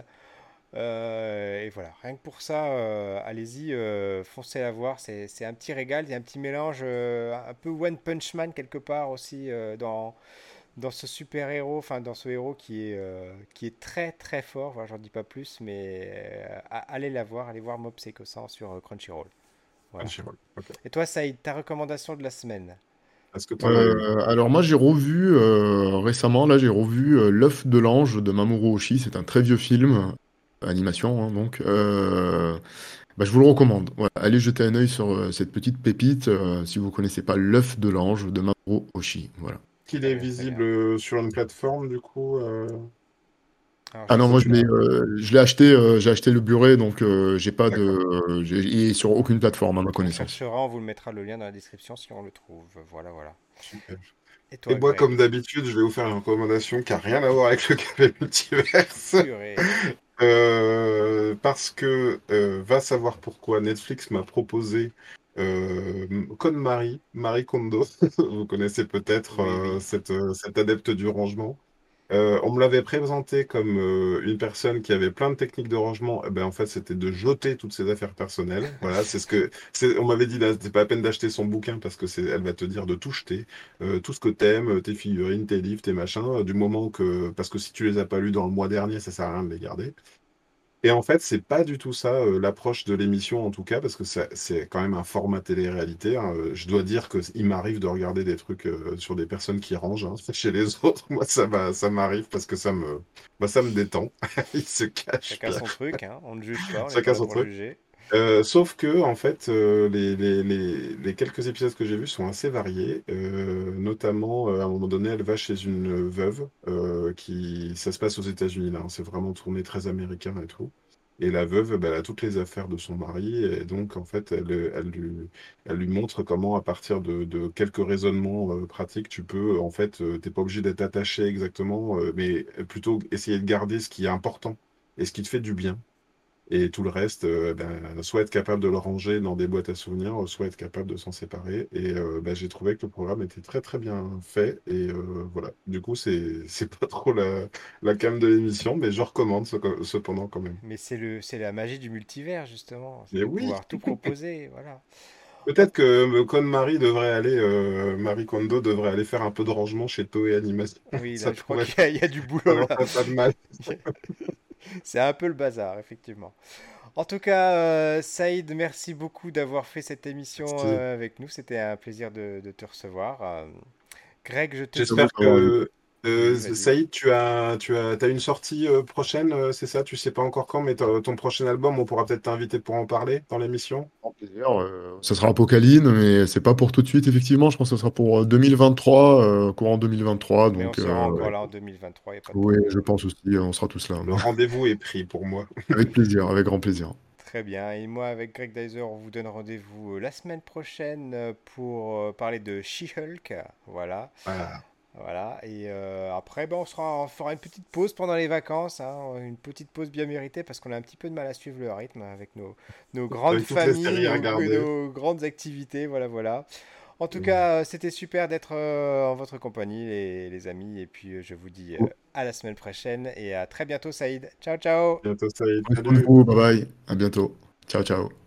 Euh, et voilà, rien que pour ça, euh, allez-y, euh, foncez la voir. C'est, c'est un petit régal, il y a un petit mélange, euh, un peu One Punch Man quelque part aussi euh, dans, dans ce super-héros, enfin dans ce héros qui est, euh, qui est très très fort. Voilà, j'en dis pas plus, mais euh, a- allez la voir, allez voir Mob Psycho cent sur euh, Crunchyroll. Voilà. Crunchyroll, ok. Et toi, Saïd, ta recommandation de la semaine? Est-ce que tu en as une? Euh, alors moi, j'ai revu euh, récemment, là, j'ai revu euh, L'œuf de l'ange de Mamoru Oshii. C'est un très vieux film, animation, hein, donc. Euh, bah, je vous le recommande. Voilà, allez jeter un œil sur euh, cette petite pépite euh, si vous connaissez pas L'œuf de l'ange de Mamoru Oshii. Voilà. Qu'il Très est bien, très bien. visible sur une plateforme, du coup euh, Alors, Ah je non, sais moi je l'ai pas. euh, je l'ai acheté, euh, j'ai acheté le Blu-ray, donc euh, j'ai pas de, D'accord. euh, j'ai- il est sur aucune plateforme à ma On connaissance. cherchera, on vous le mettra le lien dans la description si on le trouve. Voilà, voilà. Super. Et Et toi, moi, comme Greg? d'habitude, je vais vous faire une recommandation qui n'a rien à voir avec le café multiverse. Purée. Euh, parce que, euh, va savoir pourquoi, Netflix m'a proposé euh, Code Marie, Marie Kondo. Vous connaissez peut-être Oui, euh, oui. cette, euh, cet adepte du rangement. Euh, on me l'avait présenté comme euh, une personne qui avait plein de techniques de rangement. Eh ben, en fait, c'était de jeter toutes ses affaires personnelles. Voilà, c'est ce que c'est. On m'avait dit là, c'était pas la peine d'acheter son bouquin parce que c'est, elle va te dire de tout jeter, Euh, tout ce que t'aimes, tes figurines, tes livres, tes machins, euh, du moment que, parce que si tu les as pas lus dans le mois dernier, ça sert à rien de les garder. Et en fait, c'est pas du tout ça, euh, l'approche de l'émission, en tout cas, parce que ça- c'est quand même un format télé-réalité, hein. Euh, Je dois dire que il m'arrive de regarder des trucs euh, sur des personnes qui rangent, hein. Chez les autres. Moi, ça m'a- ça m'arrive parce que ça me, bah, ça me détend. Il se cache Chacun bien. son truc, hein. On ne juge pas, on n'est pas Chacun là son pour truc. juger. Euh, sauf que, en fait, euh, les, les, les, les quelques épisodes que j'ai vus sont assez variés. Euh, notamment, euh, à un moment donné, elle va chez une veuve euh, qui, ça se passe aux États-Unis là, hein. C'est vraiment tourné très américain et tout. Et la veuve, bah, elle a toutes les affaires de son mari, et donc en fait, elle, elle lui, elle lui montre comment, à partir de, de quelques raisonnements euh, pratiques, tu peux, en fait, euh, t'es pas obligé d'être attaché exactement, euh, mais plutôt essayer de garder ce qui est important et ce qui te fait du bien. Et tout le reste, euh, ben, soit être capable de le ranger dans des boîtes à souvenirs, soit être capable de s'en séparer. Et euh, ben, j'ai trouvé que le programme était très très bien fait. Et euh, voilà. Du coup, c'est c'est pas trop la, la came de l'émission, mais je recommande ce- cependant quand même. Mais c'est le, c'est la magie du multivers, justement. C'est Mais de oui, pouvoir tout proposer. Voilà. En- peut-être que euh, Con Marie devrait aller, euh, Marie Kondo devrait aller faire un peu de rangement chez Toei Animation. Oui, là, Ça je crois pourrait, qu'il y a, il y a du ça boulot leur là. ferait pas de mal. C'est un peu le bazar, effectivement. En tout cas, euh, Saïd, merci beaucoup d'avoir fait cette émission Merci. euh, avec nous. C'était un plaisir de, de te recevoir. Euh, Greg, je te C'est à vous J'espère de savoir, du coup. que Oui, euh, vas-y. Saïd, tu as, tu as, t'as une sortie euh, prochaine, euh, c'est ça? Tu sais pas encore quand, mais ton ton prochain album, on pourra peut-être t'inviter pour en parler dans l'émission. Grand plaisir. Euh, ça sera Apocalypse, mais c'est pas pour tout de suite, effectivement. Je pense que ça sera pour euh, deux mille vingt-trois, euh, courant deux mille vingt-trois. Mais on Donc, sera euh, encore ouais. là en deux mille vingt-trois, il n'y a pas de Oui, problème. je pense aussi, euh, on sera tous là. Le rendez-vous est pris pour moi. Avec plaisir, avec grand plaisir. Très bien. Et moi, avec Greg Dyser, on vous donne rendez-vous euh, la semaine prochaine euh, pour euh, parler de She-Hulk. Voilà. Voilà. Voilà. Et euh, après, ben, on sera, on fera une petite pause pendant les vacances, hein, une petite pause bien méritée parce qu'on a un petit peu de mal à suivre le rythme avec nos, nos grandes Avec toutes les familles, séries à nos, regarder. nos grandes activités. Voilà, voilà. En tout Euh, cas, euh, c'était super d'être euh, en votre compagnie, les, les amis. Et puis, euh, je vous dis euh, à la semaine prochaine et à très bientôt, Saïd. Ciao, ciao! Bientôt, Saïd. Prenez soin de Salut! vous, bye bye, à bientôt. Ciao, ciao.